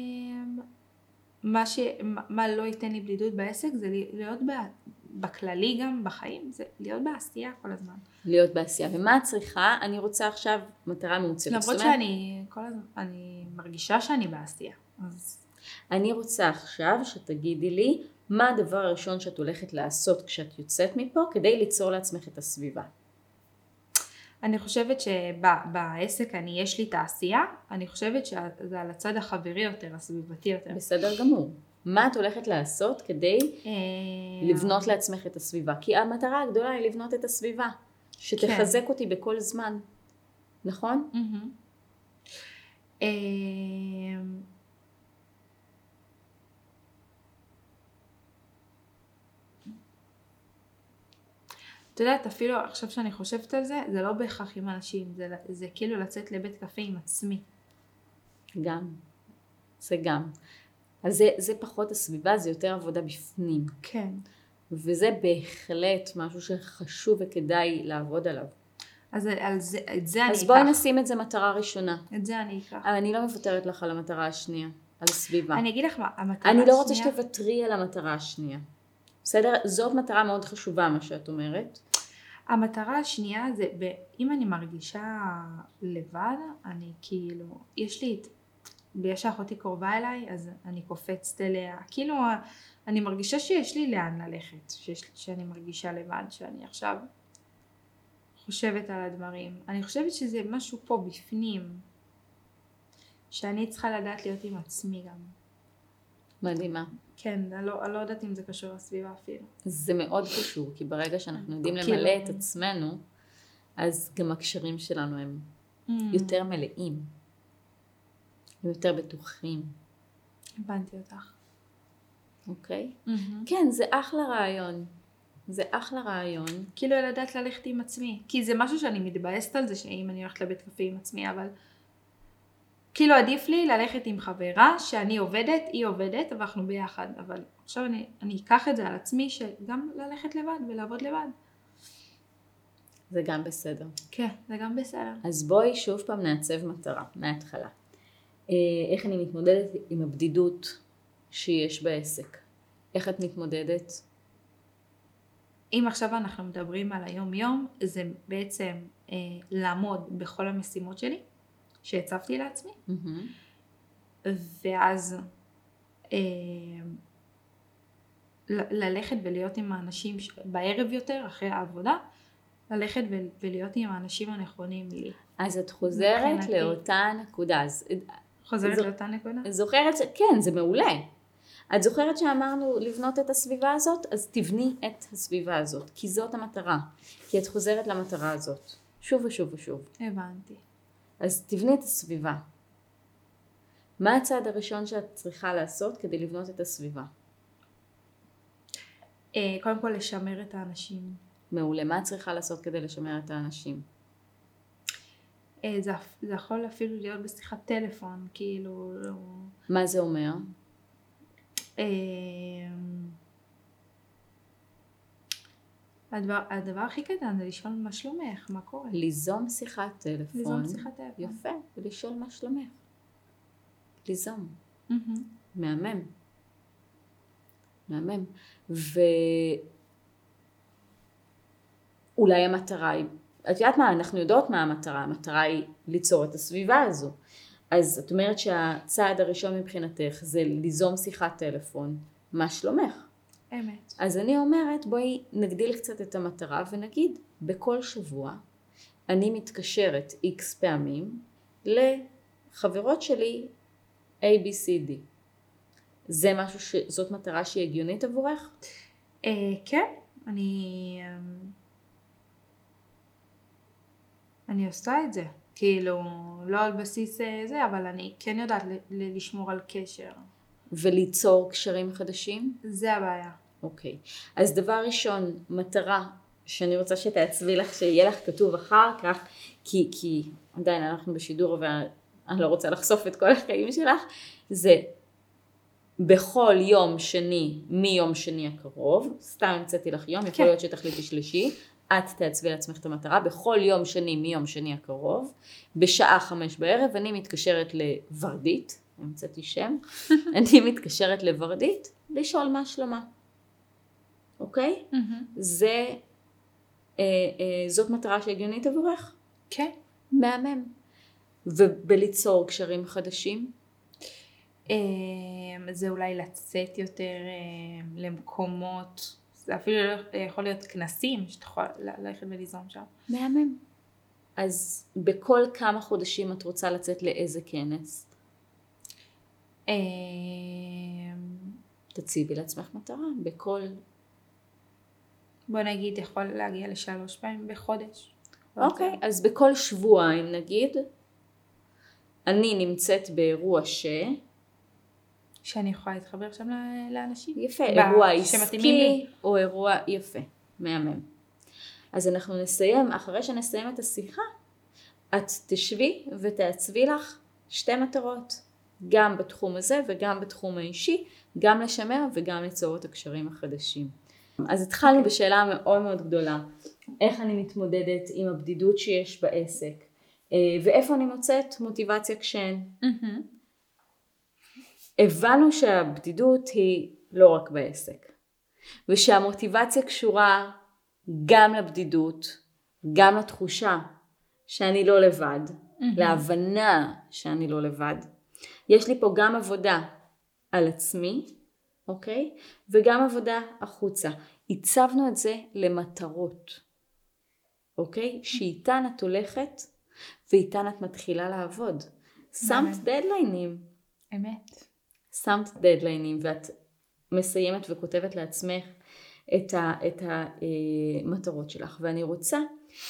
מה לא ייתן לי בדידות בעסק זה להיות בכללי גם בחיים, זה להיות בעשייה כל הזמן. להיות בעשייה. ומה את צריכה? אני רוצה עכשיו מטרה מעוצבת. למרות שאני כל הזמן, אני מרגישה שאני בעשייה. אז אני רוצה עכשיו שתגידי לי מה הדבר הראשון שאת הולכת לעשות כשאת יוצאת מפה כדי ליצור לעצמך את הסביבה. אני חושבת שבעסק יש לי תעשייה, אני חושבת שזה על הצד החברי יותר, הסביבתי יותר. בסדר גמור. מה את הולכת לעשות כדי לבנות לעצמך את הסביבה? כי המטרה הגדולה היא לבנות את הסביבה, שתחזק אותי בכל זמן. נכון? את יודעת, אפילו עכשיו שאני חושבת על זה, זה לא בהכרח עם אנשים, זה כאילו לצאת לבית קפה עם עצמי. גם. זה גם. אז זה פחות הסביבה, זה יותר עבודה בפנים. כן. וזה בהחלט משהו שחשוב וכדאי לעבוד עליו. אז את זה אני אקח. אז בואי נשים את זה מטרה ראשונה. את זה אני אקח. אבל אני לא מוותרת לך על המטרה השנייה, על הסביבה. אני אגיד לך מה, המטרה השנייה... אני לא רוצה שתוותרי על המטרה השנייה. בסדר? זאת מטרה מאוד חשובה מה שאת אומרת. המטרה השנייה זה, אם אני מרגישה לבד, אני כאילו, יש לי, בגלל שאחותי קרובה אליי, אז אני קופצת אליה, כאילו אני מרגישה שיש לי לאן ללכת, שאני מרגישה לבד, שאני עכשיו חושבת על הדברים. אני חושבת שזה משהו פה בפנים, שאני צריכה לדעת להיות עם עצמי גם. מדהימה. כן, אני לא יודעת אם זה קשור לסביבה אפילו. זה מאוד קשור, כי ברגע שאנחנו יודעים למלא את עצמנו, אז גם הקשרים שלנו הם יותר מלאים, הם יותר בטוחים. הבנתי אותך. אוקיי? כן, זה אחלה רעיון. זה אחלה רעיון. כאילו לדעת ללכת עם עצמי, כי זה משהו שאני מתבאסת על זה, שאם אני הולכת לבית קפה עם עצמי, אבל כאילו עדיף לי ללכת עם חברה שאני עובדת, היא עובדת, אבל אנחנו ביחד, אבל עכשיו אני אקח את זה על עצמי, שגם ללכת לבד ולעבוד לבד. זה גם בסדר. כן, זה גם בסדר. אז בואי שוב פעם נעצב מטרה, מההתחלה. איך אני מתמודדת עם הבדידות שיש בעסק? איך את מתמודדת? אם עכשיו אנחנו מדברים על היום יום, זה בעצם לעמוד בכל המשימות שלי, שהצבתי לעצמי, ואז ללכת ולהיות עם האנשים, בערב יותר, אחרי העבודה, ללכת ולהיות עם האנשים הנכונים לי. אז את חוזרת לאותה נקודה. חוזרת לאותה נקודה? זוכרת, כן, זה מעולה. את זוכרת שאמרנו לבנות את הסביבה הזאת? אז תבני את הסביבה הזאת, כי זאת המטרה. כי את חוזרת למטרה הזאת. שוב ושוב ושוב. הבנתי. אז תבני את הסביבה. מה הצעד הראשון שאת צריכה לעשות כדי לבנות את הסביבה? קודם כל לשמר את האנשים. מעולה. מה את צריכה לעשות כדי לשמר את האנשים? זה יכול אפילו להיות בשיחת טלפון, כאילו... מה זה אומר? הדבר הכי קטן זה לשאול מה שלומך, מה קורה. ליזום שיחת טלפון. ליזום שיחת טלפון. יפה, ולשאול מה שלומך. ליזום. מהמם. מהמם. ואולי המטרה היא, את יודעת מה, אנחנו יודעות מה המטרה. המטרה היא ליצור את הסביבה הזו. אז את אומרת שהצעד הראשון מבחינתך זה ליזום שיחת טלפון. מה שלומך? אמת. אז אני אומרת, בואי נגדיל קצת את המטרה ונגיד, בכל שבוע אני מתקשרת X פעמים לחברות שלי ABCD. זה משהו זאת מטרה שהיא הגיונית עבורך? כן, אני עושה את זה. כאילו, לא על בסיס זה, אבל אני כן יודעת לשמור על קשר. וליצור קשרים חדשים? זה הבעיה. אוקיי. אז דבר ראשון, מטרה שאני רוצה שתעצבי לך, שיהיה לך כתוב אחר כך, כי עדיין אנחנו בשידור ואני לא רוצה לחשוף את כל החיים שלך, זה בכל יום שני, מיום שני הקרוב, סתם המצאתי לך יום, יכול להיות שתחליטי שלישי, את תעצבי לעצמך את המטרה, בכל יום שני מיום שני הקרוב, בשעה 5 בערב, אני מתקשרת לוורדית, המצאתי שם, אני מתקשרת לוורדית, לשאול מה שלמה. אוקיי? זאת מטרה שהגיונית עבורך? כן. מהמם. ובליצור קשרים חדשים? זה אולי לצאת יותר למקומות, זה אפילו יכול להיות כנסים שאתה יכול ללכת וליזום שם. מהמם. אז בכל כמה חודשים את רוצה לצאת לאיזה כנס? תציבי לעצמך מטרה, בכל... בוא נגיד, יכול להגיע ל3 פעמים בחודש. אוקיי, אז בכל שבועיים נגיד, אני נמצאת באירוע שאני יכולה להתחבר שם לאנשים. יפה, אירוע עסקי או אירוע יפה, מהמם. אז אנחנו נסיים, אחרי שנסיים את השיחה, את תשבי ותעצבי לך 2 מטרות, גם בתחום הזה וגם בתחום האישי, גם לשמר וגם ליצור את הקשרים החדשים. אז התחלנו בשאלה מאוד מאוד גדולה, איך אני מתמודדת עם הבדידות שיש בעסק, ואיפה אני מוצאת מוטיבציה כשאין. הבנו שהבדידות היא לא רק בעסק, ושהמוטיבציה קשורה גם לבדידות, גם לתחושה שאני לא לבד, להבנה שאני לא לבד. יש לי פה גם עבודה על עצמי, אוקיי? וגם עבודה החוצה. הצבנו את זה למטרות, אוקיי? שאיתן את הולכת ואיתן את מתחילה לעבוד. שמת דדליינים. אמת. שמת דדליינים ואת מסיימת וכותבת לעצמך את המטרות שלך. ואני רוצה,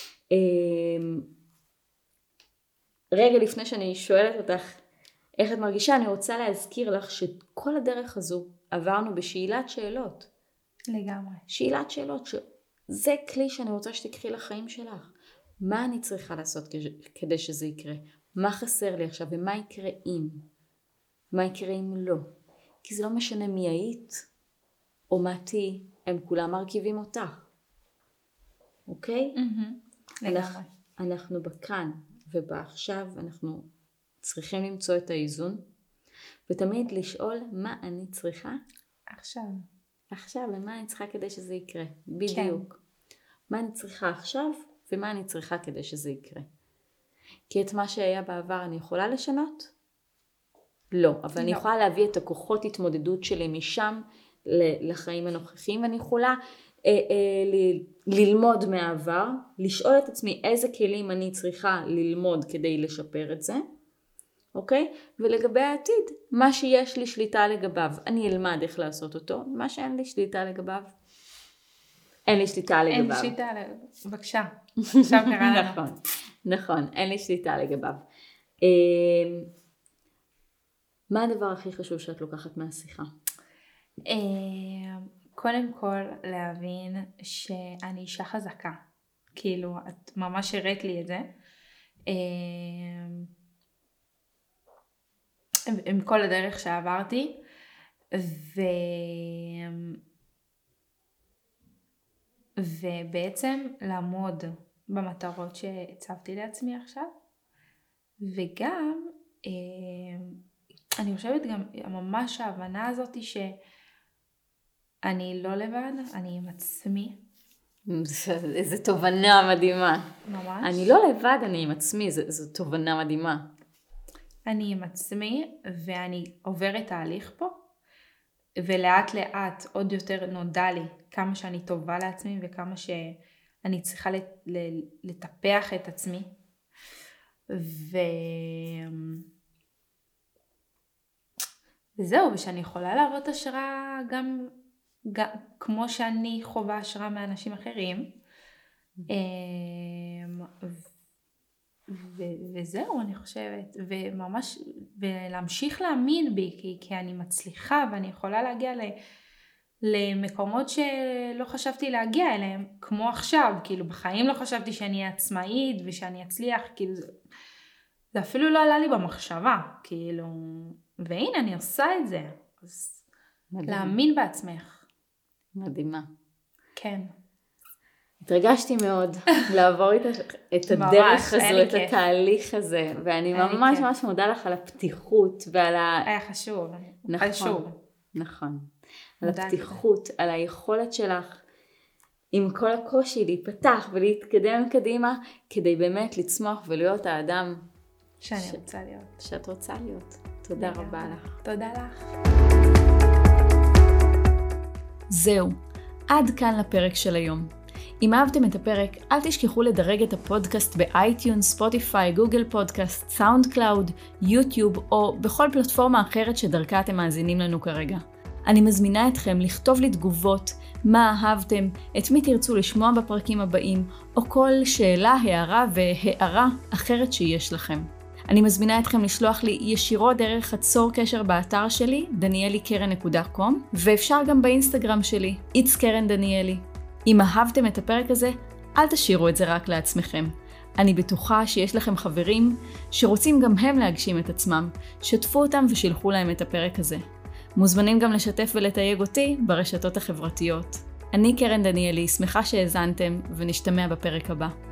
רגע לפני שאני שואלת אותך איך את מרגישה, אני רוצה להזכיר לך שכל הדרך הזו עברנו בשאלת שאלות. לגמרי. שאלת שאלות, שזה כלי שאני רוצה שתקחי לחיים שלך. מה אני צריכה לעשות כדי שזה יקרה? מה חסר לי עכשיו ומה יקרה אם? מה יקרה אם לא? כי זה לא משנה מי היית או מה תהי, הם כולם מרכיבים אותך. אוקיי? לגמרי. אנחנו בכאן ובעכשיו, אנחנו צריכים למצוא את האיזון, ותמיד לשאול מה אני צריכה עכשיו, ומה אני צריכה כדי שזה יקרה. בדיוק. כן. מה אני צריכה עכשיו, ומה אני צריכה כדי שזה יקרה. כי את מה שהיה בעבר אני יכולה לשנות? לא, אבל אני יכולה להביא את הכוחות התמודדות שלי משם לחיים הנוכחיים, ואני יכולה ללמוד מהעבר, לשאול את עצמי איזה כלים אני צריכה ללמוד כדי לשפר את זה, אוקיי? ולגבי העתיד, מה שיש לי שליטה לגביו, אני אלמד איך לעשות אותו, מה שאין לי שליטה לגביו, אין לי שליטה לגביו. אין לי שליטה לגביו, בבקשה, עכשיו קרה לנו. נכון, אין לי שליטה לגביו. מה הדבר הכי חשוב שאת לוקחת מהשיחה? קודם כל להבין שאני אישה חזקה, כאילו את ממש הראת לי את זה, עם כל הדרך שעברתי, ובעצם לעמוד במטרות שהצבתי לעצמי עכשיו, וגם אני חושבת גם ממש ההבנה הזאת שאני לא לבד, אני עם עצמי. איזו תובנה מדהימה. ממש. אני לא לבד, אני עם עצמי, זו תובנה מדהימה. אני עם עצמי ואני עוברת תהליך פה, ולאט לאט עוד יותר נודע לי כמה שאני טובה לעצמי וכמה שאני צריכה לטפח את עצמי. וזהו, ושאני יכולה להראות השראה גם כמו שאני חווה השראה מאנשים אחרים. וזהו, אני חושבת, וממש, ולהמשיך להאמין בי, כי אני מצליחה ואני יכולה להגיע למקומות שלא חשבתי להגיע אליהם, כמו עכשיו, כאילו בחיים לא חשבתי שאני עצמאית ושאני אצליח, כאילו זה אפילו לא עלה לי במחשבה, כאילו, והנה אני עושה את זה, אז להאמין בעצמך. מדהימה. כן. התרגשתי מאוד לעבור את הדרך הזו, את התהליך הזה, ואני ממש ממש מודה לך על הפתיחות ועל היה חשוב. נכון. על הפתיחות, על היכולת שלך עם כל הקושי להיפתח ולהתקדם קדימה, כדי באמת לצמוח ולהיות האדם שאני רוצה להיות. שאת רוצה להיות. תודה רבה לך. תודה לך. זהו, עד כאן לפרק של היום. אם אהבתם את הפרק, אל תשכחו לדרג את הפודקאסט באייטיונס, ספוטיפיי, גוגל פודקאסט, סאונד קלאוד, יוטיוב או בכל פלטפורמה אחרת שדרכה אתם מאזינים לנו כרגע. אני מזמינה אתכם לכתוב לי תגובות, מה אהבתם, את מי תרצו לשמוע בפרקים הבאים, או כל שאלה, הערה והערה אחרת שיש לכם. אני מזמינה אתכם לשלוח לי ישירות דרך הצור קשר באתר שלי, danielikeren.com, ואפשר גם באינסטגרם שלי, It's Keren Danieli. אם אהבתם את הפרק הזה, אל תשאירו את זה רק לעצמכם. אני בטוחה שיש לכם חברים שרוצים גם הם להגשים את עצמם. שתפו אותם ושילחו להם את הפרק הזה. מוזמנים גם לשתף ולתייג אותי ברשתות החברתיות. אני קרן דניאלי, שמחה שהאזנתם ונשתמע בפרק הבא.